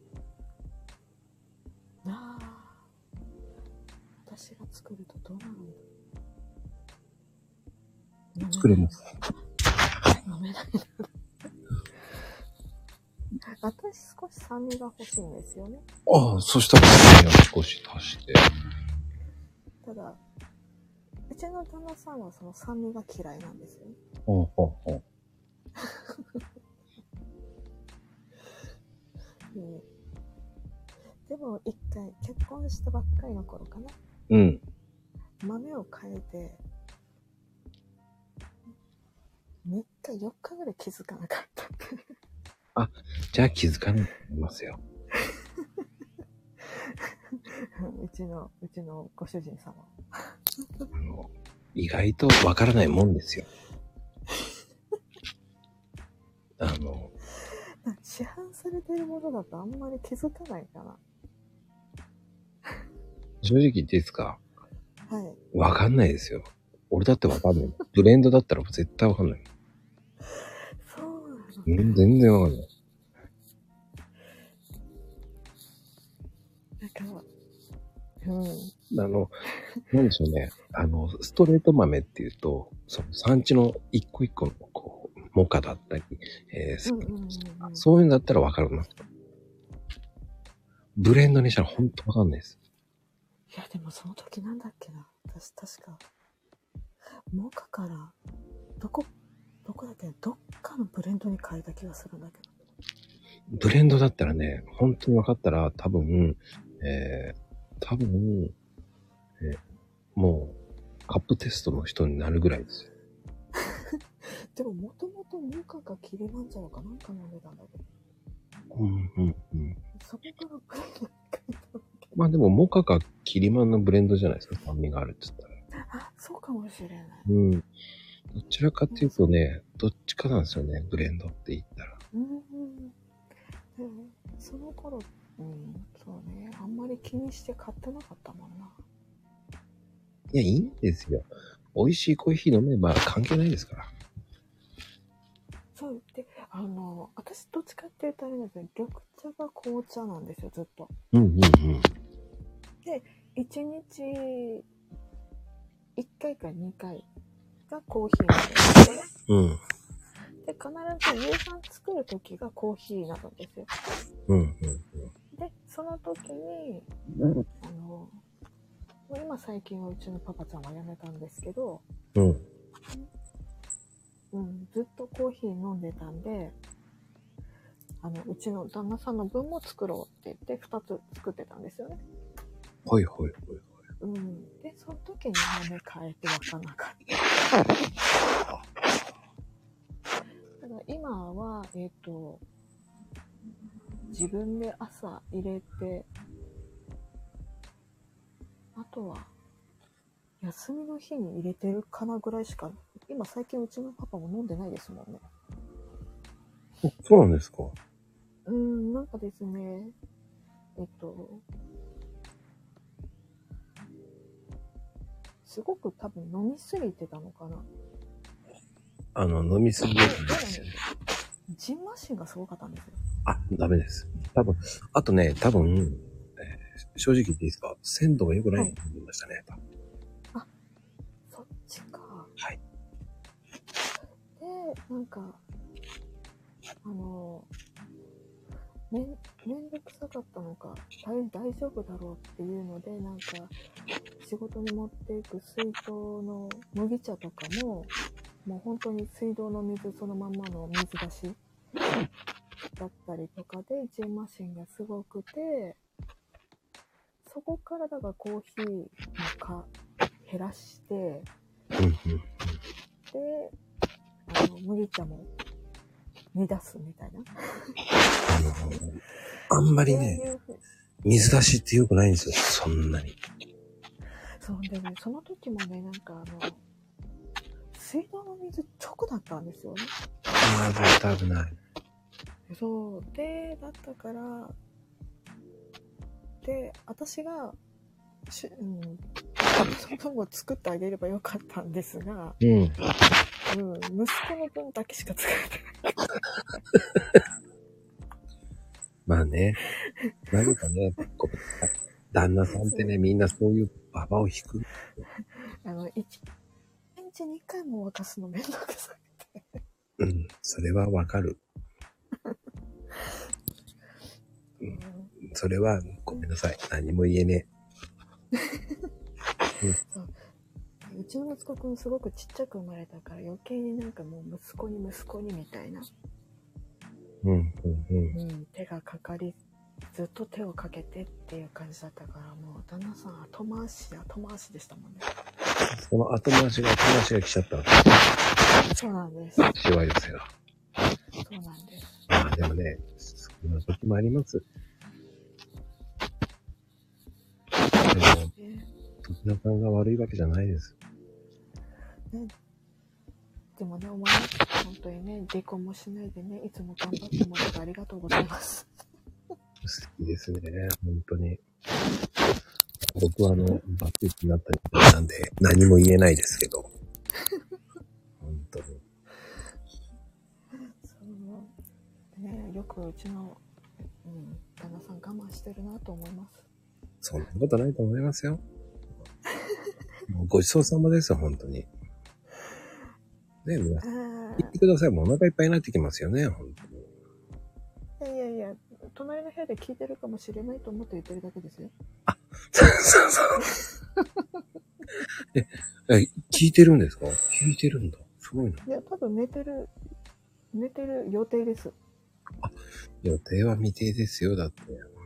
私が作るとどうなるんだ。 作れます。 飲めない。私少し酸味が欲しいんですよね。 そしたら酸味を少し足して。 ただ、うちの旦那さんはその酸味が嫌いなんですよね。でも一回結婚したばっかりの頃かな。豆を変えて 3日、4日ぐらい気づかなかったって。 じゃあ気づかないと思いますよ。 うちのご主人様。 意外とわからないもんですよ。 市販されてるものだとあんまり気づかないかな。 正直言っていいですか？ はい。 わかんないですよ。俺だってわかんない。ブレンドだったら絶対わかんない。 そうなの。 全然わかんない。 なんか、 なんでしょうね。ストレート豆っていうと、その産地の一個一個の、こう、モカだったり、そういうんだったらわかるな。ブレンドにしたらほんとわかんないです。 いや、でもその時なんだっけな。私確か、モカから、どこだっけな、どっかのブレンドに変えた気がするんだけど。 ブレンドだったらね、本当に分かったら多分、もうカップテストの人になるぐらいですよ。 でももともとモカかキリマンジャロかなんか飲んでたんだけど。そこからブレンドに変えたんだけど。 まあでもモカかキリマンのブレンドじゃないですか、酸味があるって言ったら。 あ、そうかもしれない。 どちらかっていうとね、どっちかなんですよね、ブレンドって言ったら。 その頃、そうね、あんまり気にして買ってなかったもんな。 いや、いいんですよ。美味しいコーヒー飲めば関係ないですから。 そうで、私どっちかっていうとあれなんですよ、緑茶が紅茶なんですよ、ずっと。で、1日1回か2回がコーヒーなんですよ。で、必ず夕飯作るときがコーヒーになるんですよ。で、その時に、今最近はうちのパパちゃんは辞めたんですけど、ずっとコーヒー飲んでたんで、うちの旦那さんの分も作ろうって言って2つ作ってたんですよね。で、その時に豆変えて分かんなかった。ただ今は、自分で朝入れて、あとは、休みの日に入れてるかなぐらいしか、今最近うちのパパも飲んでないですもんね。 そうなんですか？ なんかですね、すごく多分飲みすぎてたのかな。 飲みすぎですよね。 ジンマシンがすごかったんですよ。 ダメです。あとね、正直言っていいですか？鮮度が良くないと思いましたね。 そっちか。 はい。 で、なんか、めんどくさかったのか、大丈夫だろうっていうので、なんか、仕事に持っていく水筒の麦茶とかも、もう本当に水道の水そのまんまの水出しだったりとかで、ジンマシンがすごくて、そこからだからコーヒーも減らして、で、麦茶も煮出すみたいな。 あんまりね、水出しって良くないんですよ、そんなに。 そうでね、その時もね、なんか水道の水直だったんですよね。 絶対危ない。 そう。で、だったから、で、私が、その分を作ってあげればよかったんですが、息子の分だけしか作れてない。 まあね、何かね、旦那さんってね、みんなそういうババを引く。 1日2回も沸かすのめんどくさくて。 それはわかる。それはごめんなさい。何も言えねえ。うちの息子くんすごくちっちゃく生まれたから余計になんかもう息子にみたいな。手がかかり、ずっと手をかけてっていう感じだったから、もう旦那さん後回しでしたもんね。 その後回しが来ちゃったわけ。 そうなんです。 しわ寄せが。 そうなんです。 まあでもね、そんな時もあります。でも、時野さんが悪いわけじゃないです。 でもね、お前、本当にね、離婚もしないでね、いつも頑張ってもらってありがとうございます。 素敵ですね、本当に。僕はバッテリーになった人間なんで何も言えないですけど。本当に。 そうね、よくうちの、旦那さん我慢してるなと思います。 そんなことないと思いますよ。もうごちそうさまですよ、本当に。ね、皆さん。言ってください。もうお腹いっぱいになってきますよね、本当に。 いや、隣の部屋で聞いてるかもしれないと思って言ってるだけですよ。 あ、そう聞いてるんですか？聞いてるんだ。すごいな。 いや、多分寝てる予定です。 あ、予定は未定ですよ、だって。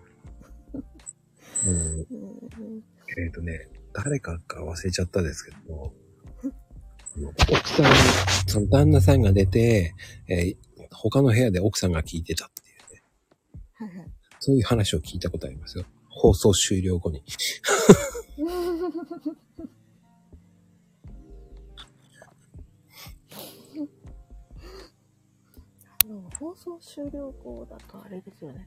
誰か忘れちゃったですけど、奥さん、その旦那さんが出て、他の部屋で奥さんが聞いてたっていうね。 はいはい。 そういう話を聞いたことありますよ。放送終了後に。 放送終了後だとあれですよね。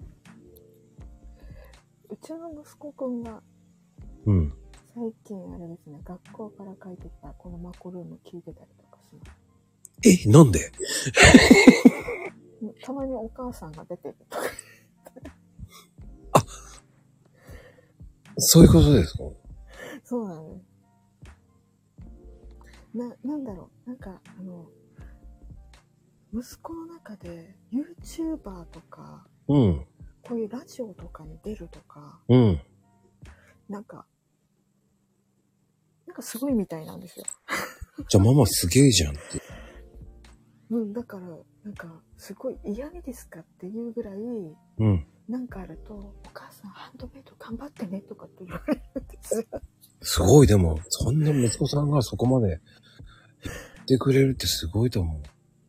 うちの息子くんが、最近あれですね、学校から帰ってきたこのマコルーム聞いてたりとかします。 なんで？ たまにお母さんが出てるとか。 あ、そういうことですか？ そうなんです。なんだろう、なんか息子の中で YouTuber とか、こういうラジオとかに出るとか、なんかすごいみたいなんですよ。 じゃあママすげえじゃんって。 だから、なんか、すごい嫌味ですかっていうぐらい、なんかあると、お母さんハンドメイド頑張ってねとかって言われるんですよ。 すごい、でも、そんな息子さんがそこまで言ってくれるってすごいと思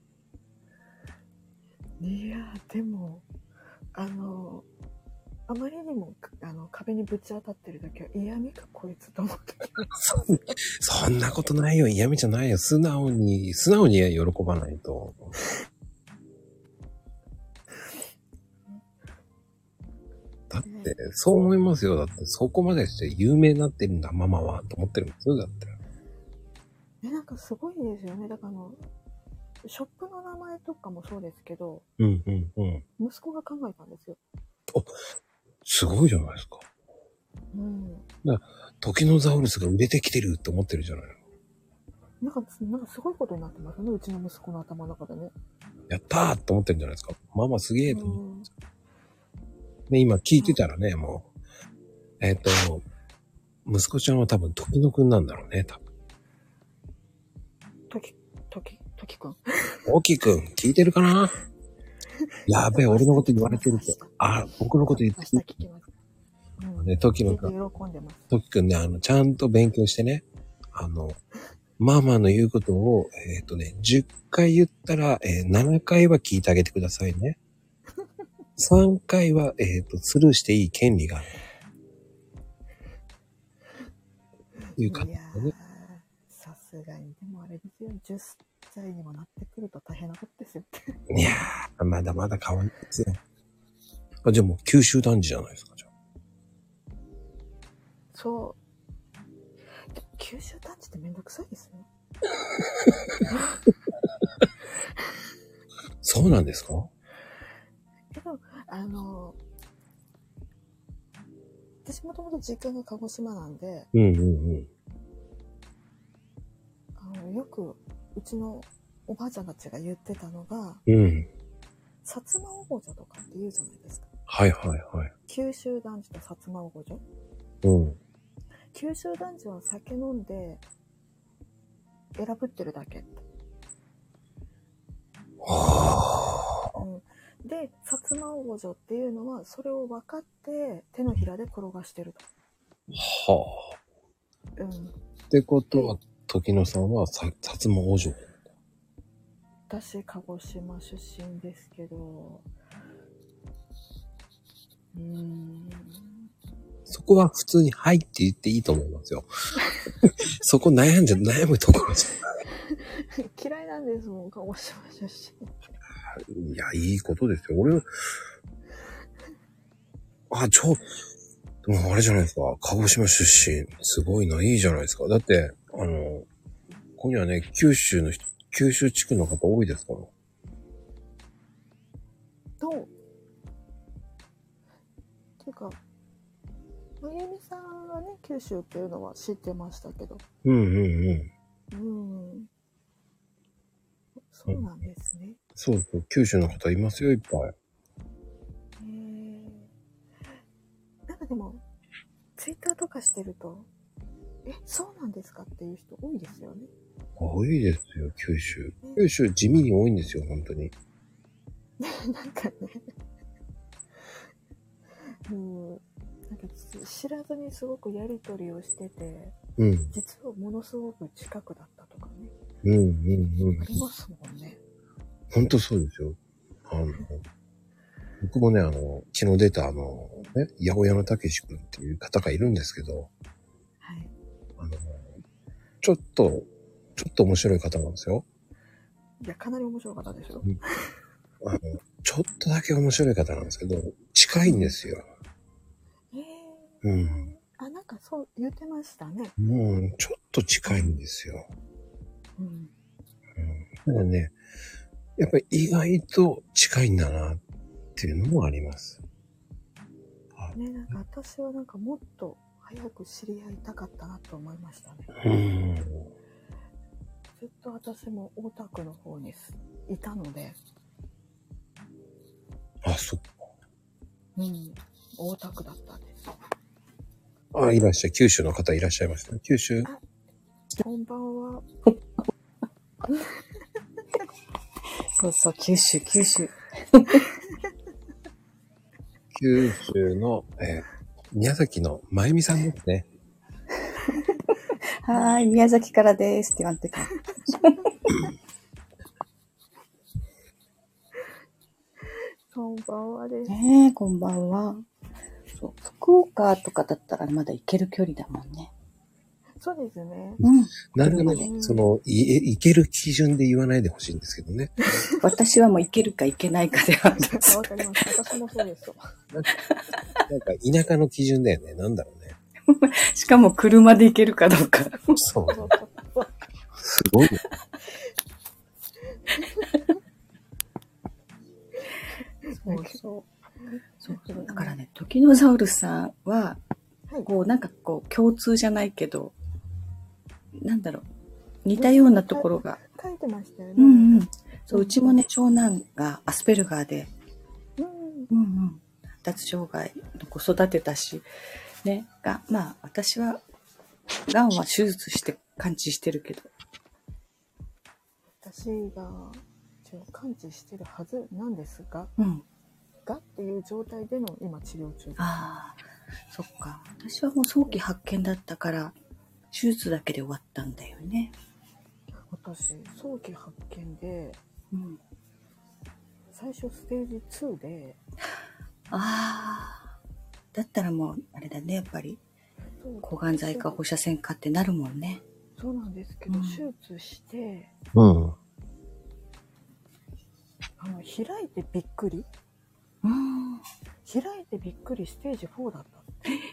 う。いや、でも、あまりにも壁にぶち当たってるだけは嫌味かこいつと思ってそんなことないよ。嫌味じゃないよ。素直に喜ばないと。だって、そう思いますよ。だって、そこまでして有名になってるんだ、ママは。と思ってるんですよ、だって。 なんかすごいですよね。だからショップの名前とかもそうですけど、息子が考えたんですよ。 すごいじゃないですか。時のザウルスが売れてきてるって思ってるじゃないの。なんかすごいことになってますね、うちの息子の頭の中でね。 やったーって思ってるんじゃないですか。ママすげえと思って。で、今聞いてたらね、もう、息子ちゃんは多分時野くんなんだろうね、多分。 時くん。 時くん、聞いてるかな？やべえ、俺のこと言われてるって。僕のこと言ってる。ね、時野くん。時くんね、ちゃんと勉強してね、ママの言うことを、10回言ったら、7回は聞いてあげてくださいね。3回は、スルーしていい権利がある。いう感じだね。 さすがに、でもあれですよ、10歳にもなってくると大変なことですよ。 いやー、まだまだ変わんないですよ。じゃあもう九州男児じゃないですか、じゃあ。 そう。でも九州男児ってめんどくさいですよ。 そうなんですか？ でも、私もともと実家が鹿児島なんで、よくうちのおばあちゃんたちが言ってたのが、薩摩おごじょとかって言うじゃないですか。 はいはいはい。 九州男児と薩摩おごじょ。九州男児は酒飲んで選ぶってるだけって。で、薩摩おごじょっていうのはそれを分かって手のひらで転がしてると。 ってことは、時野さんは薩摩王女。 私、鹿児島出身ですけど、 そこは普通にはいって言っていいと思いますよ。そこ悩むところじ嫌いなんですもん、鹿児島出身。 ゃん。いや、いいことですよ。俺、でもあれじゃないですか。鹿児島出身。すごいな、いいじゃないですか。だって、ここにはね、九州地区の方多いですから。 ていうか、まゆみさんがね、九州っていうのは知ってましたけど。そうなんですね。 そうそう、九州の方いますよ、いっぱい。 なんかでも、ツイッターとかしてると、そうなんですかっていう人多いですよね。 多いですよ、九州。九州地味に多いんですよ、本当に。 なんかね、なんか知らずにすごくやりとりをしてて、実はものすごく近くだったとかね。ありますもんね。 本当そうですよ。僕もね、昨日出た八百山武史くんっていう方がいるんですけど、 はい。 ちょっと面白い方なんですよ。 いや、かなり面白い方ですよ。 ちょっとだけ面白い方なんですけど、近いんですよ。 なんかそう言ってましたね。 ちょっと近いんですよ。だからね、やっぱり意外と近いんだなっていうのもあります。 ね、なんか私はなんかもっと早く知り合いたかったなと思いましたね。ずっと私も大田区の方にいたので。 そっか。 大田区だったんです。 いらっしゃい。九州の方いらっしゃいました。九州。 こんばんは。 そうそう、九州。 九州の、宮崎のまゆみさんですね。 はーい、宮崎からですって言わんとか。 こんばんはです。 こんばんは。そう、福岡とかだったらまだ行ける距離だもんね。 そうですね。 なんでもね、行ける基準で言わないでほしいんですけどね。 私はもう行けるか行けないかではあります。 わかります。私もそうですよ。 なんか田舎の基準だよね。なんだろうね。 しかも車で行けるかどうか。 そう。すごいね。 そう。だからね、時のザウルさんは、こう、なんかこう、共通じゃないけど、なんだろう、似たようなところが。 書いてましたよね。 そう、うちもね、長男がアスペルガーで、発達障害の子育てたし、ね、まあ、私は、がんは手術して完治してるけど。 私が、完治してるはずなんですが、がっていう状態での今治療中です。 そっか。私はもう早期発見だったから、手術だけで終わったんだよね。 私、早期発見で、最初ステージ2で、 だったらもう、あれだね、やっぱり、抗がん剤か放射線かってなるもんね。 そうなんですけど、手術して、開いてびっくり開いてびっくりステージ4だった。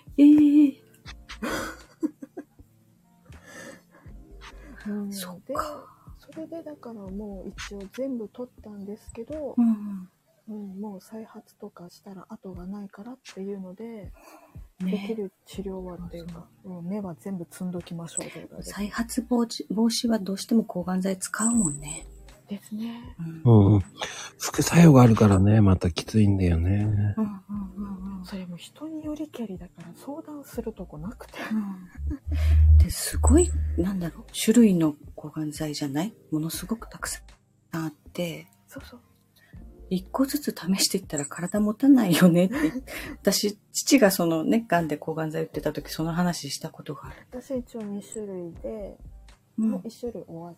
そっか。 それでだからもう一応全部取ったんですけど、もう再発とかしたら後がないからっていうので、できる治療はっていうか、目は全部積んどきましょう。 再発防止はどうしても抗がん剤使うもんね。 ですね。 副作用があるからね、またきついんだよね。 それも人によりけりだから相談するとこなくて。 ですごい、なんだろう、種類の抗がん剤じゃないものすごくたくさんあって。 そう。 一個ずつ試していったら体持たないよねって。私、父がそのね、癌で抗がん剤打ってた時その話したことがある。 私一応2種類で、 うんもう1種類終わって、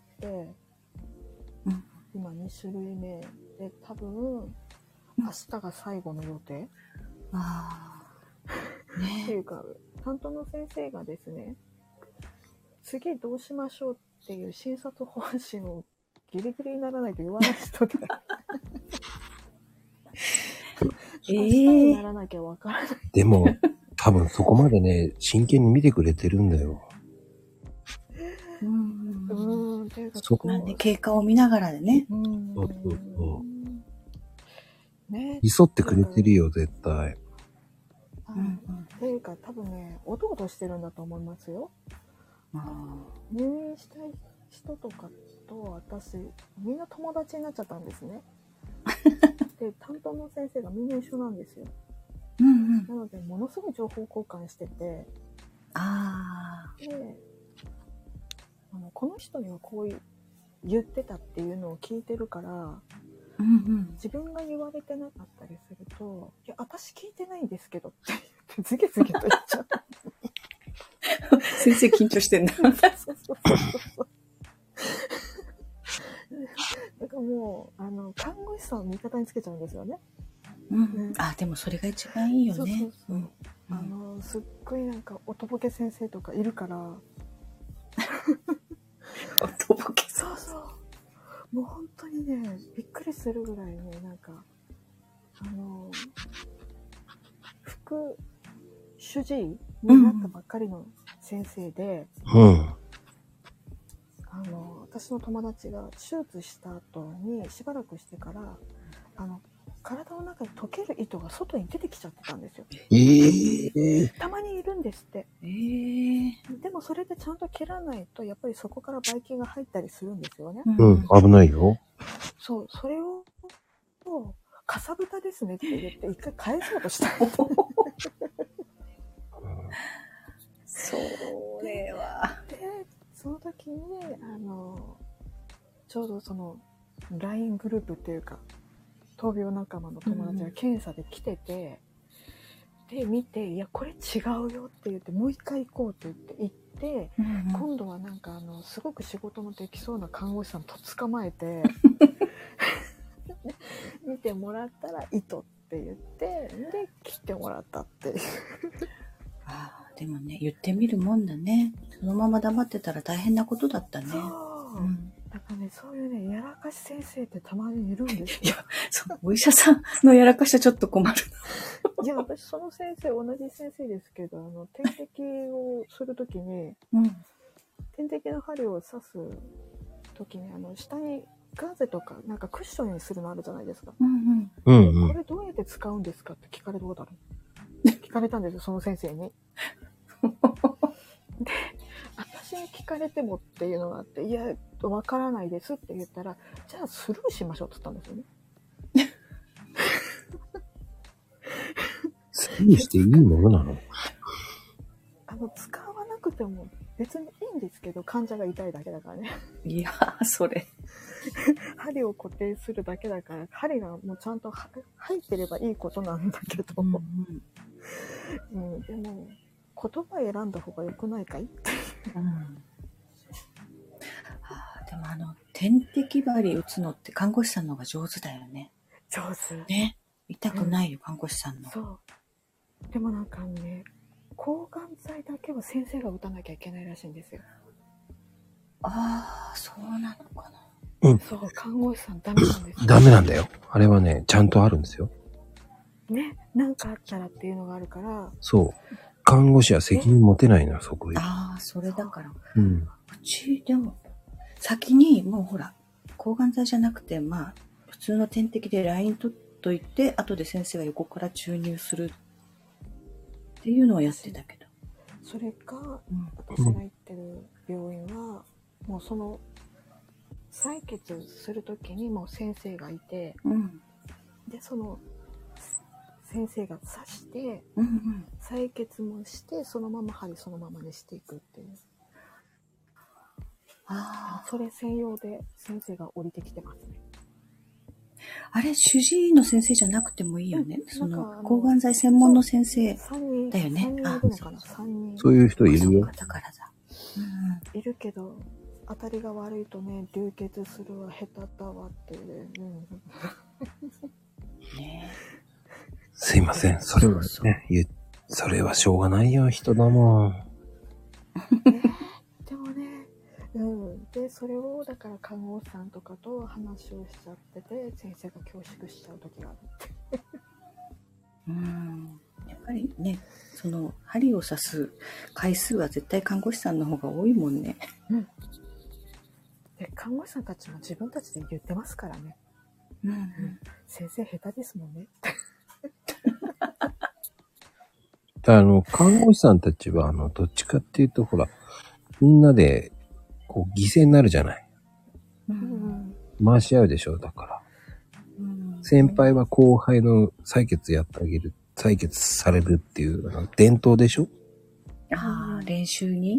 今2種類目で、多分、明日が最後の予定。 ああ。 っていうか、担当の先生がですね、次どうしましょうっていう診察方針をギリギリにならないと言わない人で。明日にならなきゃわからない。 でも、多分そこまでね、真剣に見てくれてるんだよ。 っていうかそこなんで経過を見ながらでね。 そうそうそう。 ね。 急ってくれてるよ、絶対。 っていうか多分ね、おどおどしてるんだと思いますよ。入院したい人とかと私、みんな友達になっちゃったんですね。で、担当の先生がみんな一緒なんですよ。なので、ものすごい情報交換してて、で、この人にはこう言ってたっていうのを聞いてるから、自分が言われてなかったりすると、いや、私聞いてないんですけどって言って、ズケズケと言っちゃう。 先生緊張してんだ。 そう。だからもう、看護師さんを味方につけちゃうんですよね。 あ、でもそれが一番いいよね。 すっごいなんか、おとぼけ先生とかいるから。おとぼけそう。もう本当にね、びっくりするぐらいね、なんか、副主治医になったばっかりの先生で、私の友達が手術した後にしばらくしてから、体の中に溶ける糸が外に出てきちゃってたんですよ。たまにいるんですって。でもそれでちゃんと切らないと、やっぱりそこからばい菌が入ったりするんですよね。 危ないよ。 そう、それを、かさぶたですねって言って一回返そうとしたそれは。 で、その時に、ちょうどその、LINE グループっていうか、闘病仲間の友達が検査で来てて、で、見て、いや、これ違うよって言って、もう一回行こうって言って、今度はなんかすごく仕事のできそうな看護師さんと捕まえて、見てもらったら糸って言って、で、切ってもらったっていう。 でもね、言ってみるもんだね。そのまま黙ってたら大変なことだったね。 だからね、そういうね、やらかし先生ってたまにいるんですよ。 いや、お医者さんのやらかしはちょっと困る。 いや、私その先生、同じ先生ですけど、点滴をするときに、点滴の針を刺すときに、下にガーゼとか、なんかクッションにするのあるじゃないですか。これどうやって使うんですかって聞かれることある。聞かれたんですよ、その先生に。で、私に聞かれてもっていうのがあって、いや、わからないですって言ったら、じゃあスルーしましょうって言ったんですよね。 スルーしていいものなの？ 使わなくても別にいいんですけど、患者が痛いだけだからね。 いやそれ。 針を固定するだけだから、針がもうちゃんと入ってればいいことなんだけど、でも、言葉選んだ方が良くないかいっていう。 でも点滴針打つのって看護師さんの方が上手だよね。 上手。 ね。痛くないよ、看護師さんの。 そう。でもなんかね、抗がん剤だけは先生が打たなきゃいけないらしいんですよ。 そうなのかな。 そう、看護師さんダメなんですよ。 ダメなんだよ。あれはね、ちゃんとあるんですよ。 ね、なんかあったらっていうのがあるから。 そう。看護師は責任持てないのよ、そこで。 それだから。 うち、でも、先に、もうほら、抗がん剤じゃなくて、普通の点滴でライン取っといて、後で先生が横から注入するっていうのをやってたけど。 それか、私が行ってる病院は、もうその、採血するときにもう先生がいて、で、その、先生が刺して、採血もして、そのまま針そのままにしていくっていう。それ専用で先生が降りてきてますね。 あれ、主治医の先生じゃなくてもいいよね。その、抗がん剤専門の先生だよね。 3人いるのかな、3人。 そういう人いるよ。 だからだ。 いるけど、当たりが悪いとね、流血するわ、下手だわっていう。 ね、 すいません。それはね、それはしょうがないよ、人だもん。 でもね、で、それを、だから看護師さんとかと話をしちゃってて、先生が恐縮しちゃう時があるって。 やっぱりね、その、針を刺す回数は絶対看護師さんの方が多いもんね。 で、看護師さんたちも自分たちで言ってますからね。先生下手ですもんね。 看護師さんたちは、どっちかっていうと、ほら、みんなで、こう、犠牲になるじゃない。回し合うでしょ、だから。先輩は後輩の採血やってあげる、採血されるっていう、伝統でしょ？ ああ、練習に？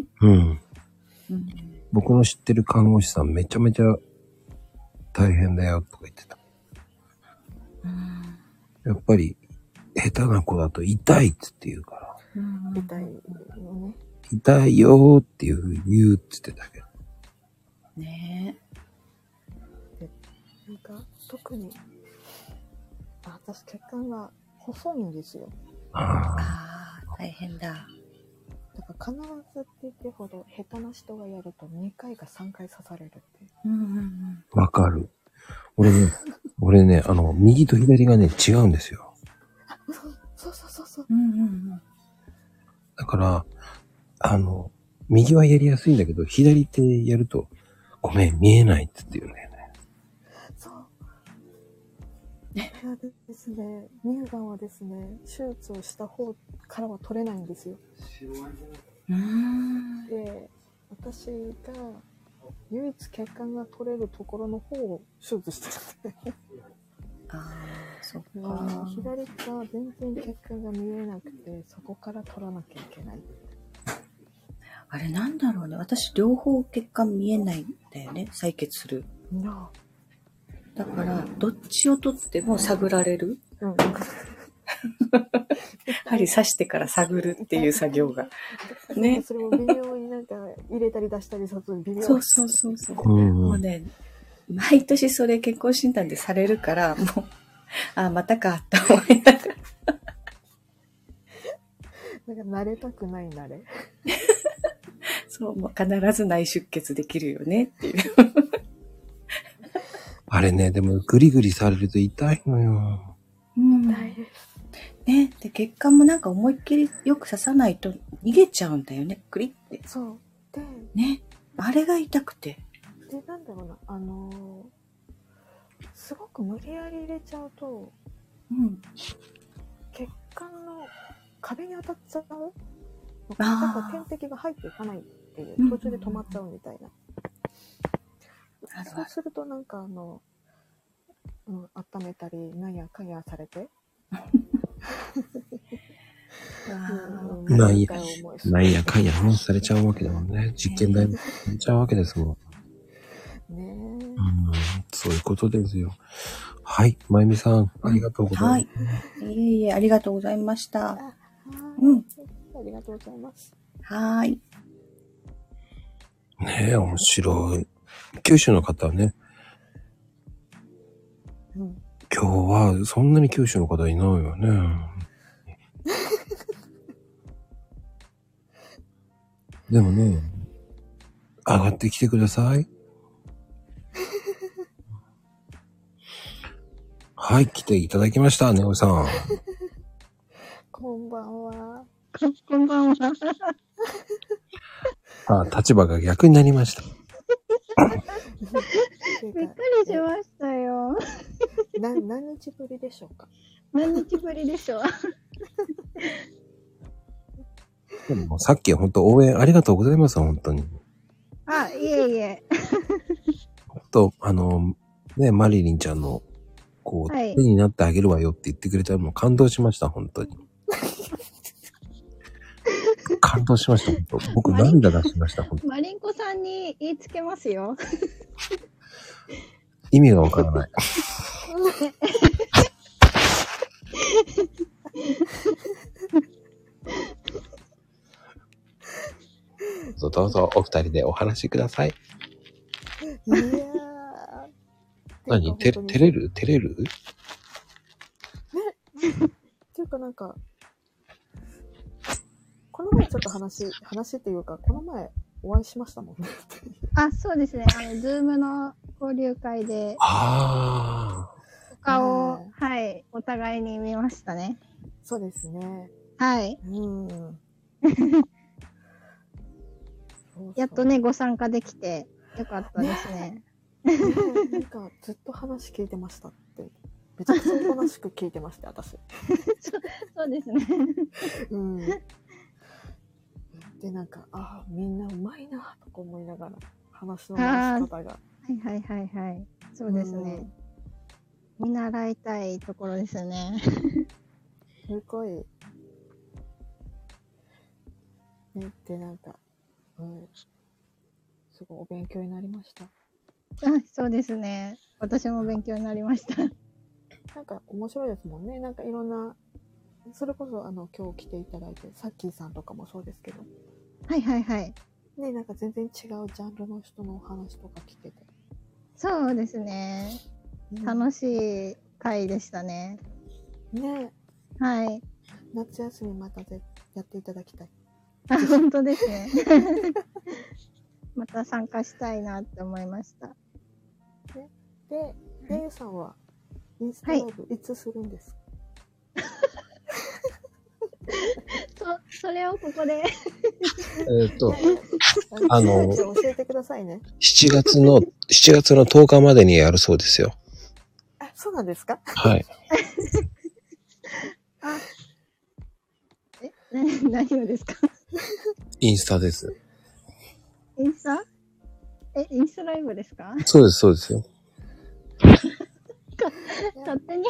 僕の知ってる看護師さんめちゃめちゃ大変だよ、とか言ってた。やっぱり、下手な子だと痛いっつって言うから。 痛いよね。 痛いよーって言うって言ってたけど。 ねえ。で、なんか、特に、私血管が細いんですよ。 大変だ。 だから必ずって言ってほど下手な人がやると2回か3回刺されるって。 わかる。俺ね、右と左がね、違うんですよ。 そう。 だから、右はやりやすいんだけど、左手やると、ごめん、見えないって言うんだよね。 そう。いやですね、乳がんはですね、手術をした方からは取れないんですよ。で、私が唯一血管が取れるところの方を手術してるんで。 そっか。 左が全然血管が見えなくて、そこから取らなきゃいけない。 あれなんだろうね。私両方血管見えないんだよね。採血する。だからどっちを取っても探られる。針刺してから探るっていう作業がね。 それも微妙になんか入れたり出したりすると微妙。 そう。もうね、毎年それ健康診断でされるからもうまたかと思いながら。 なんか慣れたくない慣れ。 そう、もう必ず内出血できるよねっていう。 あれね、でもグリグリされると痛いのよ。 痛いです。 ね、で血管もなんか思いっきりよく刺さないと逃げちゃうんだよね、クリって。 そう。で、 ね、あれが痛くて。 で、なんだろうな、すごく無理やり入れちゃうと、血管の壁に当たっちゃう。だから点滴が入っていかないっていう、途中で止まっちゃうみたいな。そうするとなんか温めたりなんやかんやされて。 なんやかんやね、されちゃうわけだもんね。実験台もされちゃうわけですもん。 ねえ。 そういうことですよ。はい、まゆみさん、ありがとうございます。 はい。いえ、ありがとうございました。 ありがとうございます。 はい。 ねえ、面白い。九州の方はね、今日はそんなに九州の方いないよね。でもね、上がってきてください。はい、来ていただきました、ねおさん。 こんばんは。 こんばんは。 立場が逆になりました。 びっくりしましたよ。 何日ぶりでしょうか。 何日ぶりでしょう。 でもさっき本当応援ありがとうございます、本当に。 いえいえ。 本当ね、マリリンちゃんのこう、手になってあげるわよって言ってくれたのも感動しました、本当に。感動しました、本当。僕涙出しました、本当。 マリンコさんに言いつけますよ。 意味がわからない。 どうぞお二人でお話しください。 いやー。 何照れるっていうかなんか、この前ちょっと話っていうか、この前お会いしましたもんね。 あ、そうですね。ズームの交流会で、 あお顔、はい、お互いに見ましたね。 そうですね。 はい。やっとね、ご参加できてよかったですね。 なんか、ずっと話聞いてましたって。めちゃくちゃおとなしく聞いてました、私。 そうですね。 うん。で、なんか、みんなうまいな、とか思いながら、話の回し方が。 はいはいはいはい。そうですね。見習いたいところですね。 すごい。ね、で、なんか、すごいお勉強になりました。 そうですね。私も勉強になりました。 なんか面白いですもんね。なんかいろんな、それこそ今日来ていただいて、さっきーさんとかもそうですけど。 はいはいはい。 ね、なんか全然違うジャンルの人のお話とか聞けて。 そうですね。楽しい回でしたね。 ね。 はい。 夏休みまたやっていただきたい。 本当ですね。また参加したいなって思いました。 で、レイさんはインスタライブいつするんですか？それをここで。 教えてくださいね。 7月の10日までにやるそうですよ。 あ、そうなんですか？ はい。 何をですか？ インスタです。 インスタ？インスタライブですか？ そうです、そうですよ。 勝手に。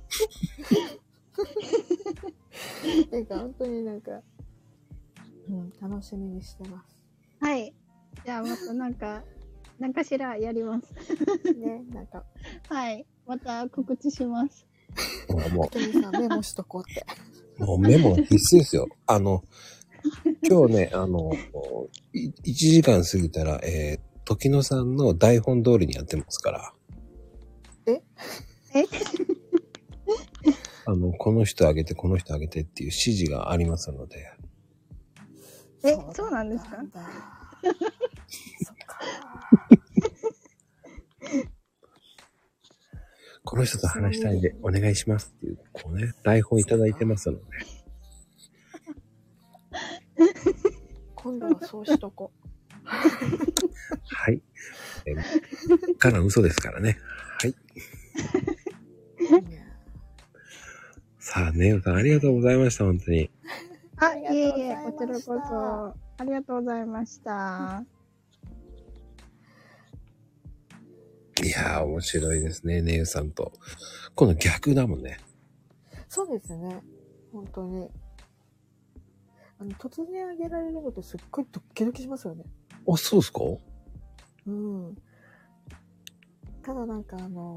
なんか本当になんか、楽しみにしてます。 はい。じゃあまたなんかしらやります。 ね、なんか。 はい。また告知します。 もケミさんメモしとこうって。 もうメモ必須ですよ。今日ね、1時間過ぎたら、時野さんの台本通りにやってますから。この人あげて、この人あげてっていう指示がありますので。 そうなんですか？そっか。 この人と話したいんでお願いしますっていう、こうね、台本いただいてますので。 今度はそうしとこう。 はい。から嘘ですからね。はい。さあ、ネオさんありがとうございました、本当に。 いえいえ、こちらこそありがとうございました。 いやー、面白いですね、ネオさんと。今度逆だもんね。 そうですね。本当に。突然あげられるのってすっごいドッキドキしますよね。 あ、そうですか？ うん。ただなんか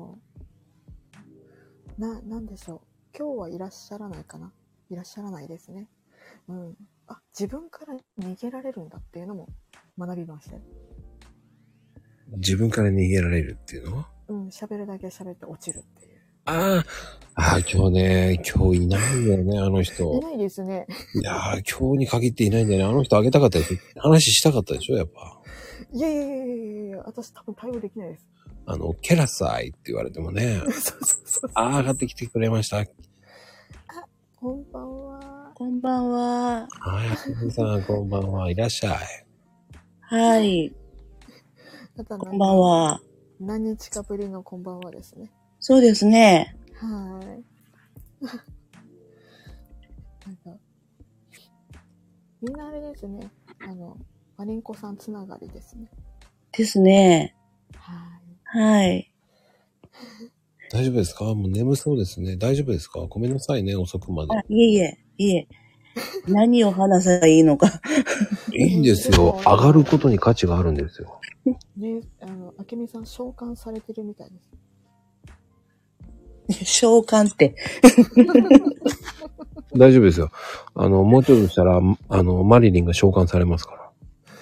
なんでしょう。今日はいらっしゃらないかな。いらっしゃらないですね。うん。自分から逃げられるんだっていうのも学びましたよ。 自分から逃げられるっていうの？ 喋るだけ喋って落ちるっていう。 今日いないんだよね、あの人。 いないですね。 いやー、今日に限っていないんだよね。あの人あげたかったでしょ。話したかったでしょ、やっぱ。 いや、私多分対応できないです。 ケラサイって言われてもね。 そう。 上がってきてくれました。 こんばんは。 こんばんは。 はい、皆さん、こんばんは。いらっしゃい。 はい。こんばんは。 何日かぶりのこんばんはですね。 そうですね。 はい。なんか、みんなあれですね。マリンコさんつながりですね。 ですね。 はい。 大丈夫ですか？もう眠そうですね。大丈夫ですか？ごめんなさいね、遅くまで。 いえ。何を話せばいいのか。 いいんですよ。上がることに価値があるんですよ。 ね、あけみさん召喚されてるみたいです。 召喚って。 大丈夫ですよ。もうちょっとしたら、マリリンが召喚されますから。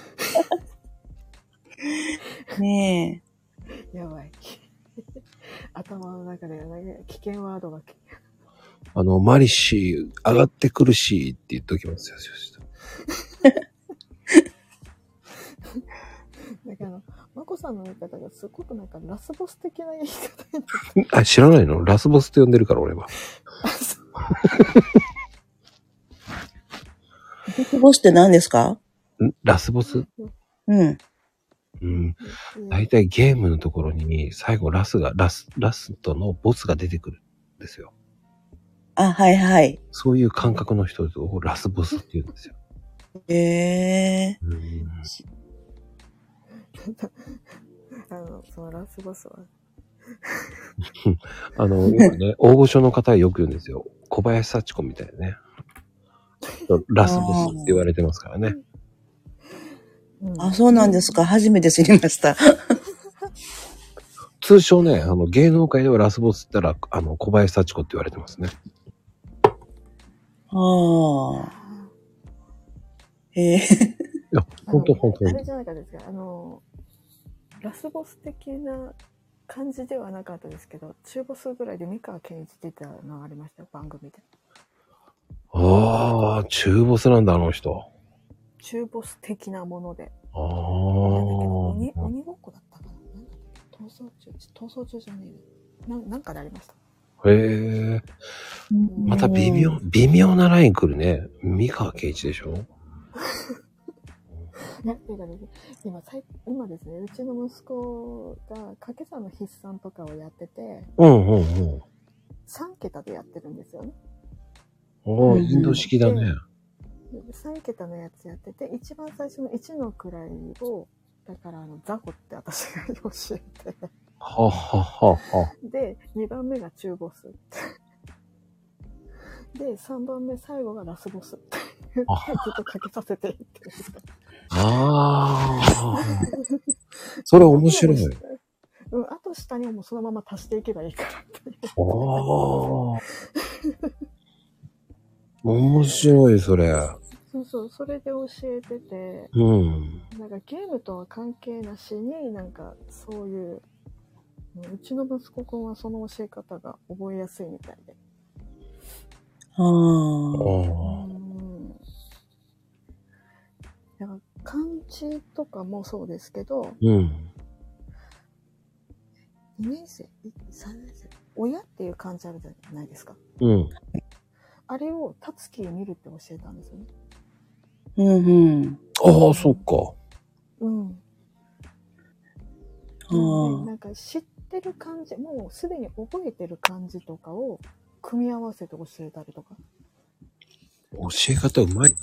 ねえ。やばい。頭の中で危険ワードが。 マリシー、上がってくるし、って言っときますよ。 だからマコさんの言い方がすごくなんかラスボス的な言い方にあ、知らないの？ラスボスって呼んでるから、俺は。 ラスボスって何ですか？ ラスボス？ うん。 うん。大体ゲームのところに最後ラストのボスが出てくるんですよ。 あ、はいはい。 そういう感覚の人をラスボスって言うんですよ。 そのラスボスは今ね、大御所の方はよく言うんですよ。小林幸子みたいなね。ラスボスって言われてますからね。 あ、そうなんですか。初めて知りました。 通称ね、芸能界ではラスボスって言ったら、小林幸子って言われてますね。 ああ。いや、本当。 あれじゃないかですか。ラスボス的な感じではなかったですけど、中ボスぐらいで三河健一出たのがありましたよ、番組で。 ああ、中ボスなんだ、あの人。 中ボス的なもので。 ああ。 鬼ごっこだったかな。逃走中じゃねえよ。なんかでありました。 へえ。また微妙なライン来るね。三河健一でしょ？ 今ですね、うちの息子が掛け算の筆算とかをやってて、 3 桁でやってるんですよね。 おー、インド式だね。 3桁のやつやってて、一番最初の1の位を、だからザコって私が教えて。で、2番目が中ボス。で、3番目最後がラスボスって言ってずっとかけさせていってる。 ああ。それ面白い。 あと下にもそのまま足していけばいいからっていう。 ああ。面白い、それ。 そう、それで教えてて、なんかゲームとは関係なしに、なんかそういう、うちの息子くんはその教え方が覚えやすいみたいで。だから漢字とかもそうですけど、2年生、3年生、親っていう漢字あるじゃないですか。あれをたつき見るって教えたんですよね。 ああ、そっか。 なんか知ってる漢字、もうすでに覚えてる漢字とかを組み合わせて教えたりとか。 教え方うまい。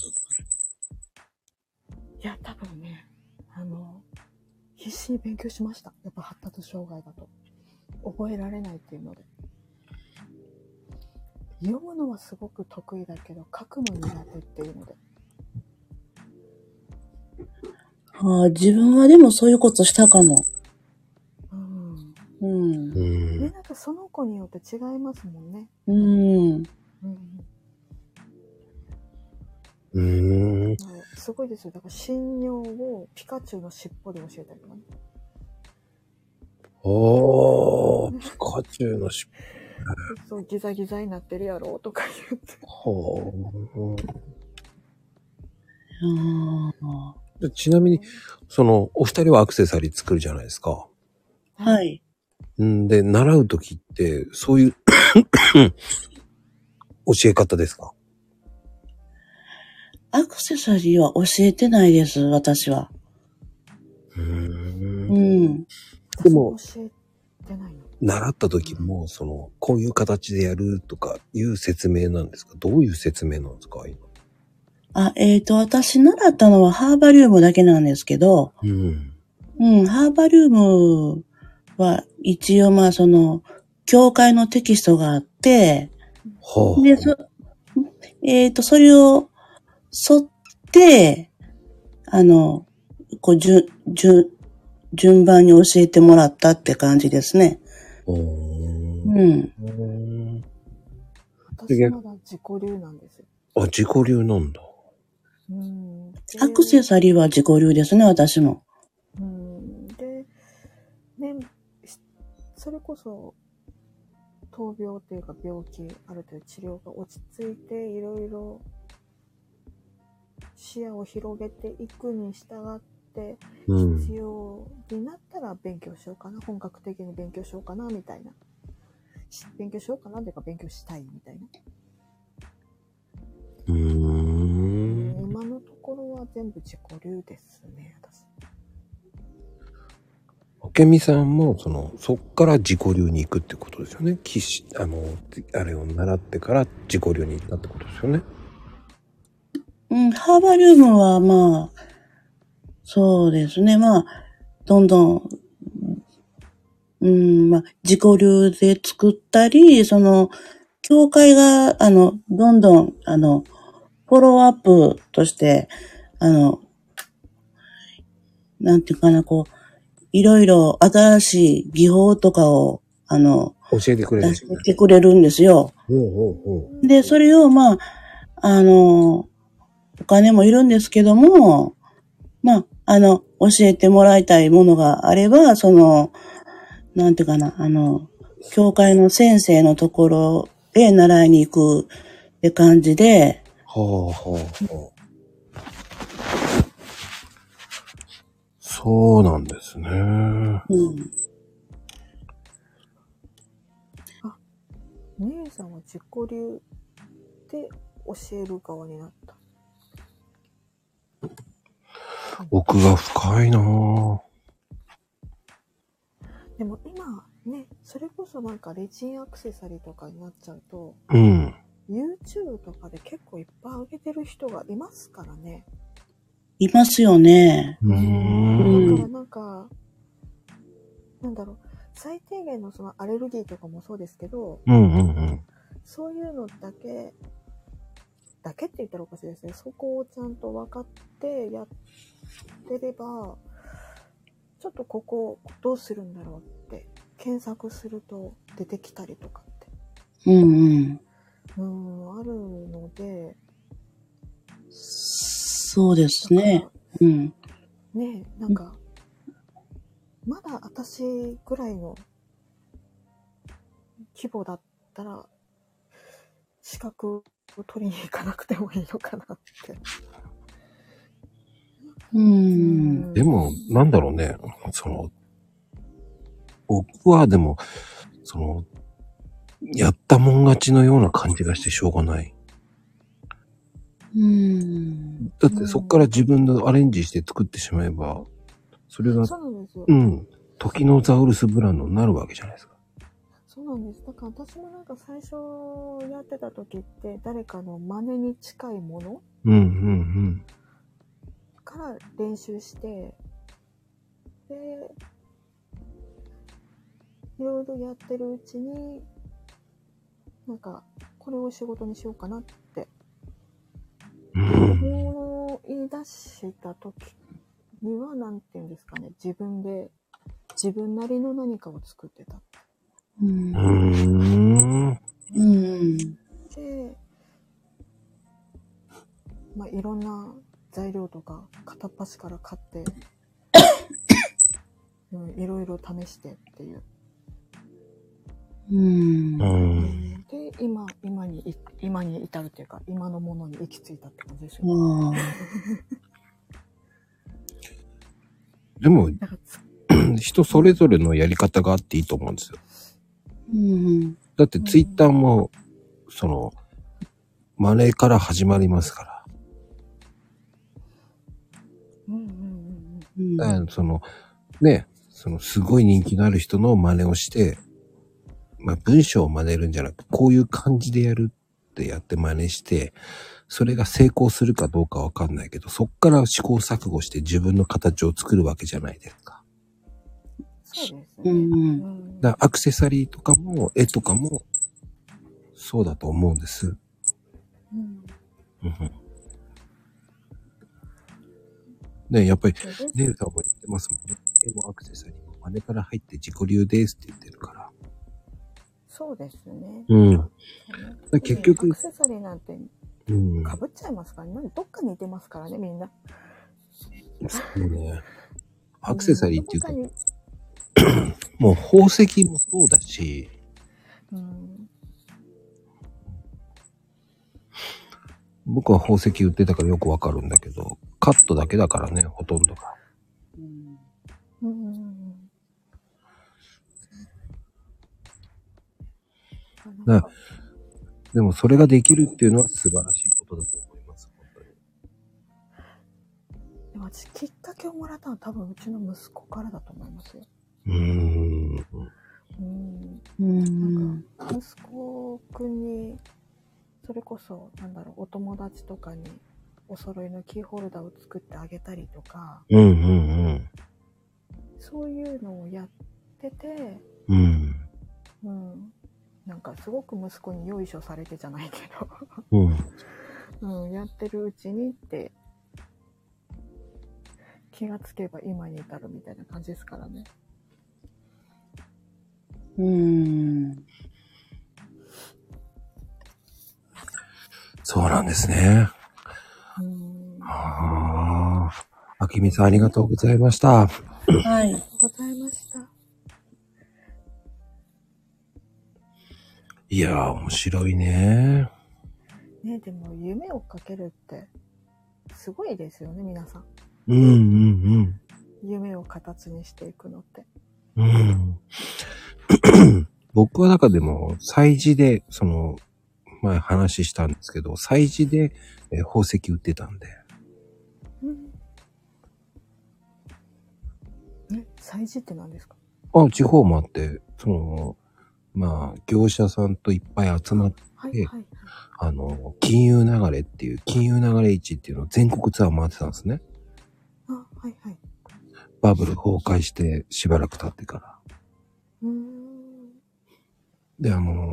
いや、多分ね、必死に勉強しました。やっぱ発達障害だと。覚えられないっていうので。読むのはすごく得意だけど、書くの苦手っていうので。 自分はでもそういうことしたかも。 で、なんかその子によって違いますもんね。すごいですよ。だから神尿をピカチュウの尻尾で教えたりとかね。 ピカチュウの尻尾。 そう、ギザギザになってるやろとか言って。 ちなみに、お二人はアクセサリー作るじゃないですか。 はい。 で、習うときって、そういう教え方ですか？ アクセサリーは教えてないです、私は。 でも、 教えてないの？ 習った時も、こういう形でやるとかいう説明なんですか？どういう説明なんですか？今。 私習ったのはハーバリウムだけなんですけど、ハーバリウムは一応教会のテキストがあって、で、それを沿って、順番に教えてもらったって感じですね。 うん。 私まだ自己流なんですよ。 あ、自己流なんだ。 アクセサリーは自己流ですね、私も。 で、ね、それこそ、闘病っていうか病気、ある程度治療が落ち着いて、いろいろ視野を広げていくに従って、必要になったら勉強しようかな、本格的に勉強しようかな、みたいな。勉強しようかなっていうか勉強したいみたいな。今のところは全部自己流ですね、私。 おけみさんも、そっから自己流に行くってことですよね。あれを習ってから自己流に行ったってことですよね。 ハーバリウムはまあ、そうですね、まあ、どんどん、まあ、自己流で作ったり、教会が、どんどん、フォローアップとして、なんていうかな、いろいろ新しい技法とかを、 教えてくれる。 出してくれるんですよ。で、それを、まあ、お金もいるんですけども、まあ、教えてもらいたいものがあれば、なんていうかな、教会の先生のところへ習いに行くって感じで、 そうなんですね。 姉さんは自己流で教える側になった。 奥が深いなぁ。 でも今ね、それこそなんかレジンアクセサリーとかになっちゃうと、YouTube とかで結構いっぱい上げてる人がいますからね。 いますよね。 だからなんか、なんだろう、最低限のそのアレルギーとかもそうですけど、そういうのだけって言ったらおかしいですね。そこをちゃんと分かってやってれば、ちょっとここどうするんだろうって検索すると出てきたりとかって。あるので。 そうですね。 ねえ、なんか、まだ私ぐらいの規模だったら、資格を取りに行かなくてもいいのかなって。 でも、なんだろうね。僕はでも、やったもん勝ちのような感じがしてしょうがない。だってそっから自分でアレンジして作ってしまえば、それが、 そうなんですよ。 時のザウルスブランドになるわけじゃないですか。 そうなんです。だから私もなんか最初やってた時って誰かの真似に近いものから練習して、で、いろいろやってるうちに、なんかこれを仕事にしようかなって思い出した時には、なんていうんですかね、自分なりの何かを作ってた。で、まあいろんな材料とか片っ端から買っていろいろ試してっていう。で、今に至るというか、今のものに行き着いたって感じでしょうね。 でも、人それぞれのやり方があっていいと思うんですよ。だってツイッターも、マネーから始まりますから。すごい人気のある人の真似をして、まあ文章を真似るんじゃなく、こういう感じでやるってやって真似して、それが成功するかどうかわかんないけど、そっから試行錯誤して自分の形を作るわけじゃないですか。 そうですね。 だからアクセサリーとかも絵とかもそうだと思うんです。ね、やっぱりネイルさんも言ってますもんね。絵もアクセサリーも真似から入って自己流ですって言ってるから。 そうですね。 うん。結局アクセサリーなんてうん。 被っちゃいますからね。どっかに似てますからね、みんな。 そうね。アクセサリーっていうか、 どこかにもう宝石もそうだし、僕は宝石売ってたからよくわかるんだけど、カットだけだからね、ほとんどが。でもそれができるっていうのは素晴らしいことだと思います。本当に。 でも私、きっかけをもらったのは多分うちの息子からだと思いますよ。なんか息子くんにそれこそお友達とかにお揃いのキーホルダーを作ってあげたりとか、そういうのをやってて、なんかすごく息子によいしょされてじゃないけど、やってるうちにって気がつけば今に至るみたいな感じですからね。 そうなんですね。あきみさんありがとうございました。 はい。 ありがとうございました。 いやー、面白いね。 ね、でも夢をかけるってすごいですよね、皆さん。夢を形にしていくのって。 僕は中でも、催事で、前話したんですけど、催事で、宝石売ってたんで。 催事って何ですか？ 地方もあって、業者さんといっぱい集まって、金融流れっていう、金融流れ市っていうのを全国ツアー回ってたんですね。バブル崩壊してしばらく経ってから。で、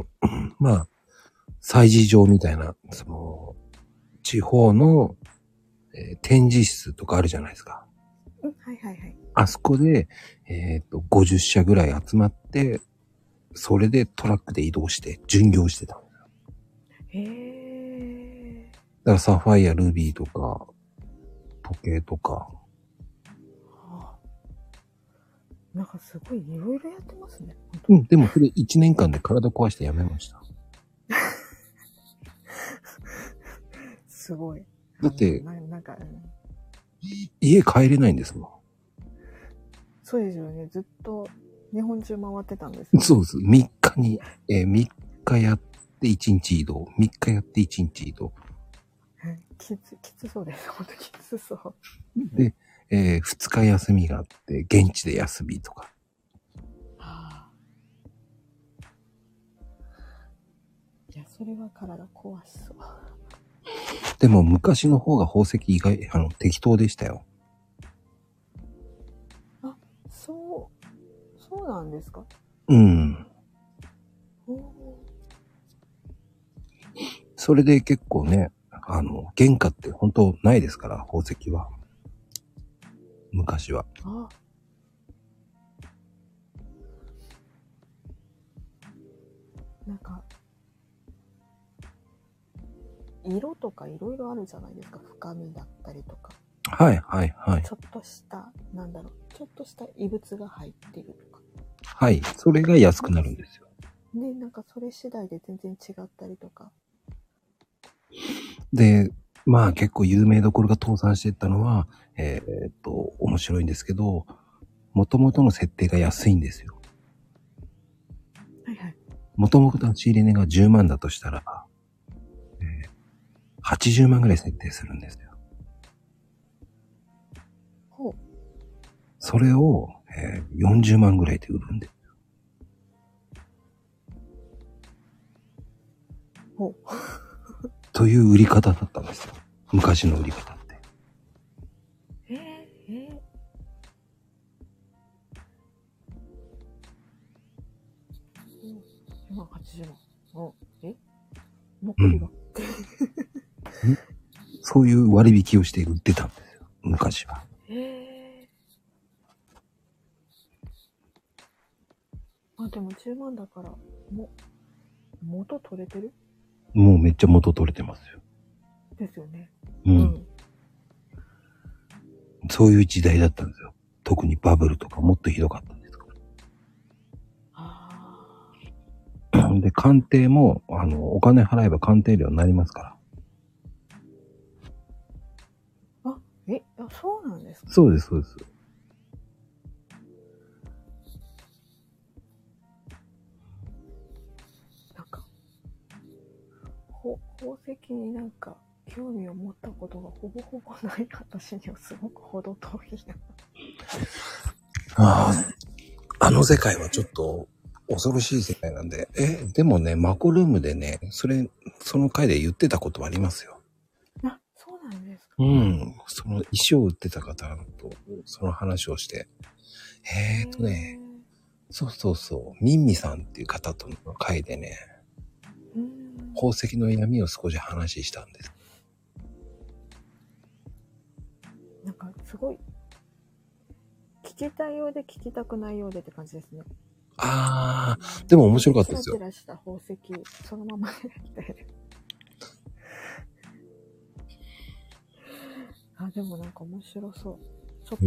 催事場みたいな、地方の、展示室とかあるじゃないですか。あそこで、50社ぐらい集まって、それでトラックで移動して、巡業してたんですよ。だからサファイア、ルビーとか、時計とか。 なんかすごいいろいろやってますね。 でもそれ1年間で体壊してやめました。 すごい。 だって、家帰れないんですもん。 そうですよね。ずっと日本中回ってたんですよ、ね。 そうです。3日に、3日やって1日移動。3日やって1日移動。 きつそうです。本当きつそう。 で、2日休みがあって、現地で休みとか。 いや、それは体壊しそう。 でも昔の方が宝石意外、適当でしたよ。 そうなんですか？ それで結構ね、原価って本当ないですから、宝石は。昔は。 なんか、色とかいろいろあるじゃないですか。深みだったりとか。 はいはいはい。 ちょっとした異物が入ってるとか。 はい。それが安くなるんですよ。 ね、なんかそれ次第で全然違ったりとか。 で、結構有名どころが倒産していったのは、面白いんですけど、元々の設定が安いんですよ。元々の仕入れ値が10万だとしたら、80万ぐらい設定するんですよ。それを、40万ぐらいで売るんですよ。という売り方だったんですよ。昔の売り方って。 今80万。残りが。 そういう割引をして売ってたんですよ。昔は。 でも10万だから、 元取れてるもうめっちゃ元取れてますよ。 ですよね。 うん。そういう時代だったんですよ。特にバブルとかもっとひどかったんですから。で、鑑定も、お金払えば鑑定料になりますから。 そうなんですか？ そうです、そうです。 なんか、宝石になんか、興味を持ったことがほぼほぼない私にはすごくほど遠いな。 あの世界はちょっと恐ろしい世界なんで。でもね、マコルームでね、その回で言ってたこともありますよ。 あ、そうなんですか？ うん。その石を売ってた方と、その話をして。そうそうそう。ミンミさんっていう方との回でね、宝石の闇を少し話したんです。 なんかすごい聞きたいようで聞きたくないようでって感じですね。 でも面白かったですよ。 チラチラした宝石そのままででもなんか面白そう。ちょっと、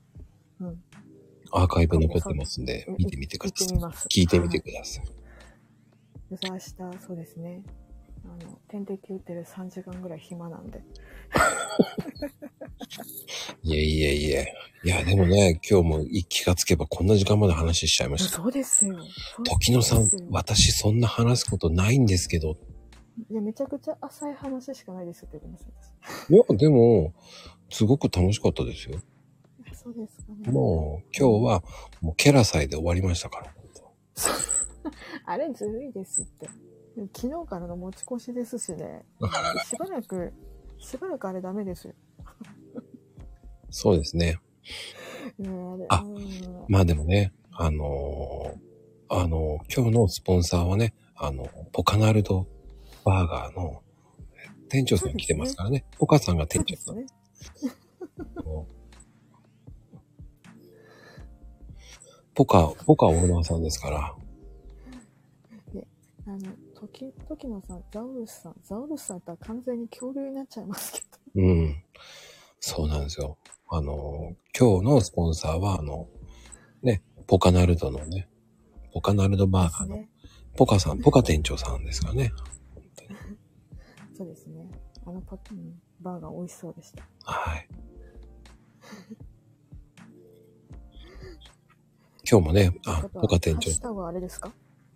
アーカイブ残ってますんで、見てみてください。聞いてみてください。 明日、そうですね。点滴打ってる3時間ぐらい暇なんで。 いや、でもね、今日も気がつけばこんな時間まで話しちゃいました。 そうですよ。 時野さん、私そんな話すことないんですけど。 いや、めちゃくちゃ浅い話しかないですって言ってます。 いや、でも、すごく楽しかったですよ。 そうですかね。 もう、今日は、もうケラ祭で終わりましたから。 あれずるいですって。昨日からの持ち越しですしね。しばらくあれダメですよ。 そうですね。まあでもね、今日のスポンサーはね、ポカナルドバーガーの店長さん来てますからね。ポカさんが店長さん。ポカオーナーさんですから。 時野さん、ザウルスさんだったら完全に恐竜になっちゃいますけど。うん。そうなんですよ。今日のスポンサーは、ね、ポカナルドのね、ポカナルドバーガーの、ポカ店長さんですからね。本当にそうですね。バーガー美味しそうでした。 はい。今日もね、ポカ店長。 ハッシュタグはあれですか？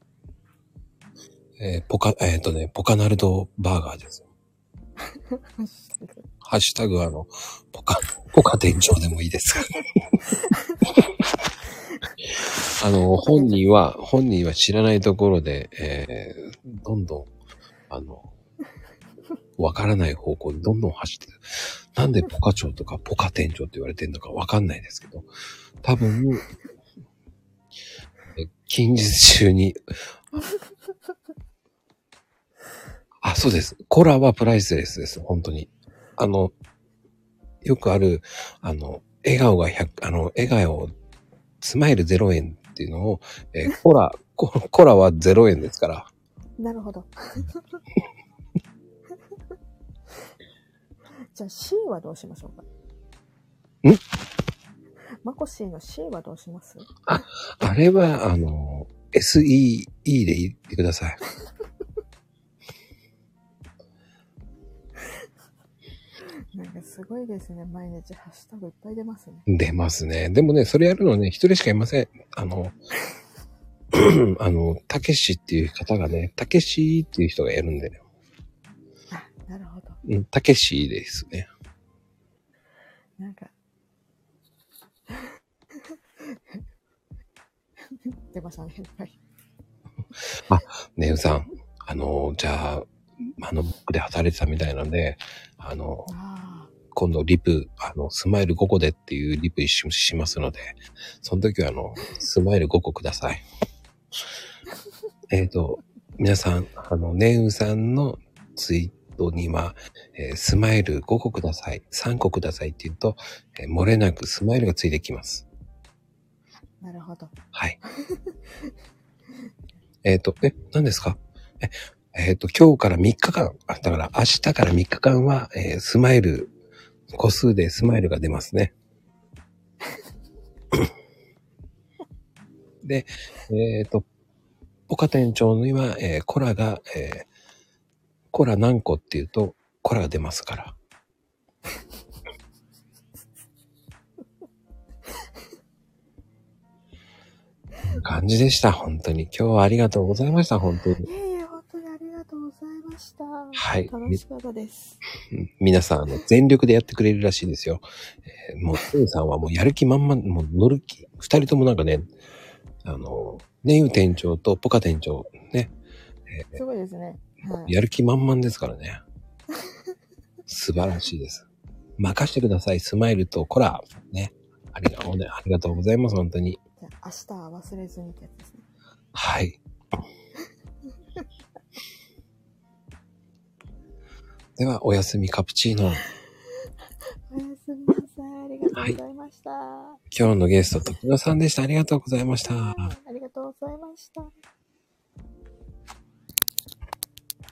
ポカナルドバーガーですよ。ハッシュタグポカ店長でもいいですか本人は知らないところで、どんどん、わからない方向にどんどん走ってる。なんでポカ長とかポカ店長って言われてるのかわかんないですけど、多分、近日中に、そうです。コラはプライスレスです。本当に。よくある、笑顔、スマイル0円っていうのを、コラは0円ですから。 なるほど。じゃあ C はどうしましょうか？マコシーの C はどうします？ あれは、SEE で言ってください。 なんかすごいですね。毎日ハッシュタグいっぱい出ますね。 出ますね。でもね、それやるのね、一人しかいません。たけしっていう方がね、たけしっていう人がやるんでね。 なるほど。 たけしですね。 なんか、出ましたね。はい。 ねうさん、じゃあ、僕で働いてたみたいなんで、今度リプ、スマイル5個でっていうリプ一緒しますので、その時はスマイル5個ください。皆さん、ねうさんのツイートには、スマイル5個ください、3個くださいって言うと、漏れなくスマイルがついてきます。 なるほど。 はい。何ですか？ 今日から3日間、だから明日から3日間は、スマイル、個数でスマイルが出ますね。で、ポカ店長には、コラが、コラ何個っていうと、コラが出ますから。感じでした、本当に。今日はありがとうございました、本当に。 いえいえ、本当にありがとうございました。 はい。 楽しかったです。 皆さん、全力でやってくれるらしいですよ。もう、テイさんはもうやる気満々、もう乗る気。二人ともなんかね、ネユ店長とポカ店長、ね。 すごいですね。はい。 やる気満々ですからね。素晴らしいです。任してください、スマイルとコラ。ね。ありがとうございます、本当に。 じゃあ、明日は忘れずにってやつですね。 はい。では、おやすみカプチーノ。 おやすみなさい。ありがとうございました。 今日のゲスト、時野さんでした。ありがとうございました。 ありがとうございました。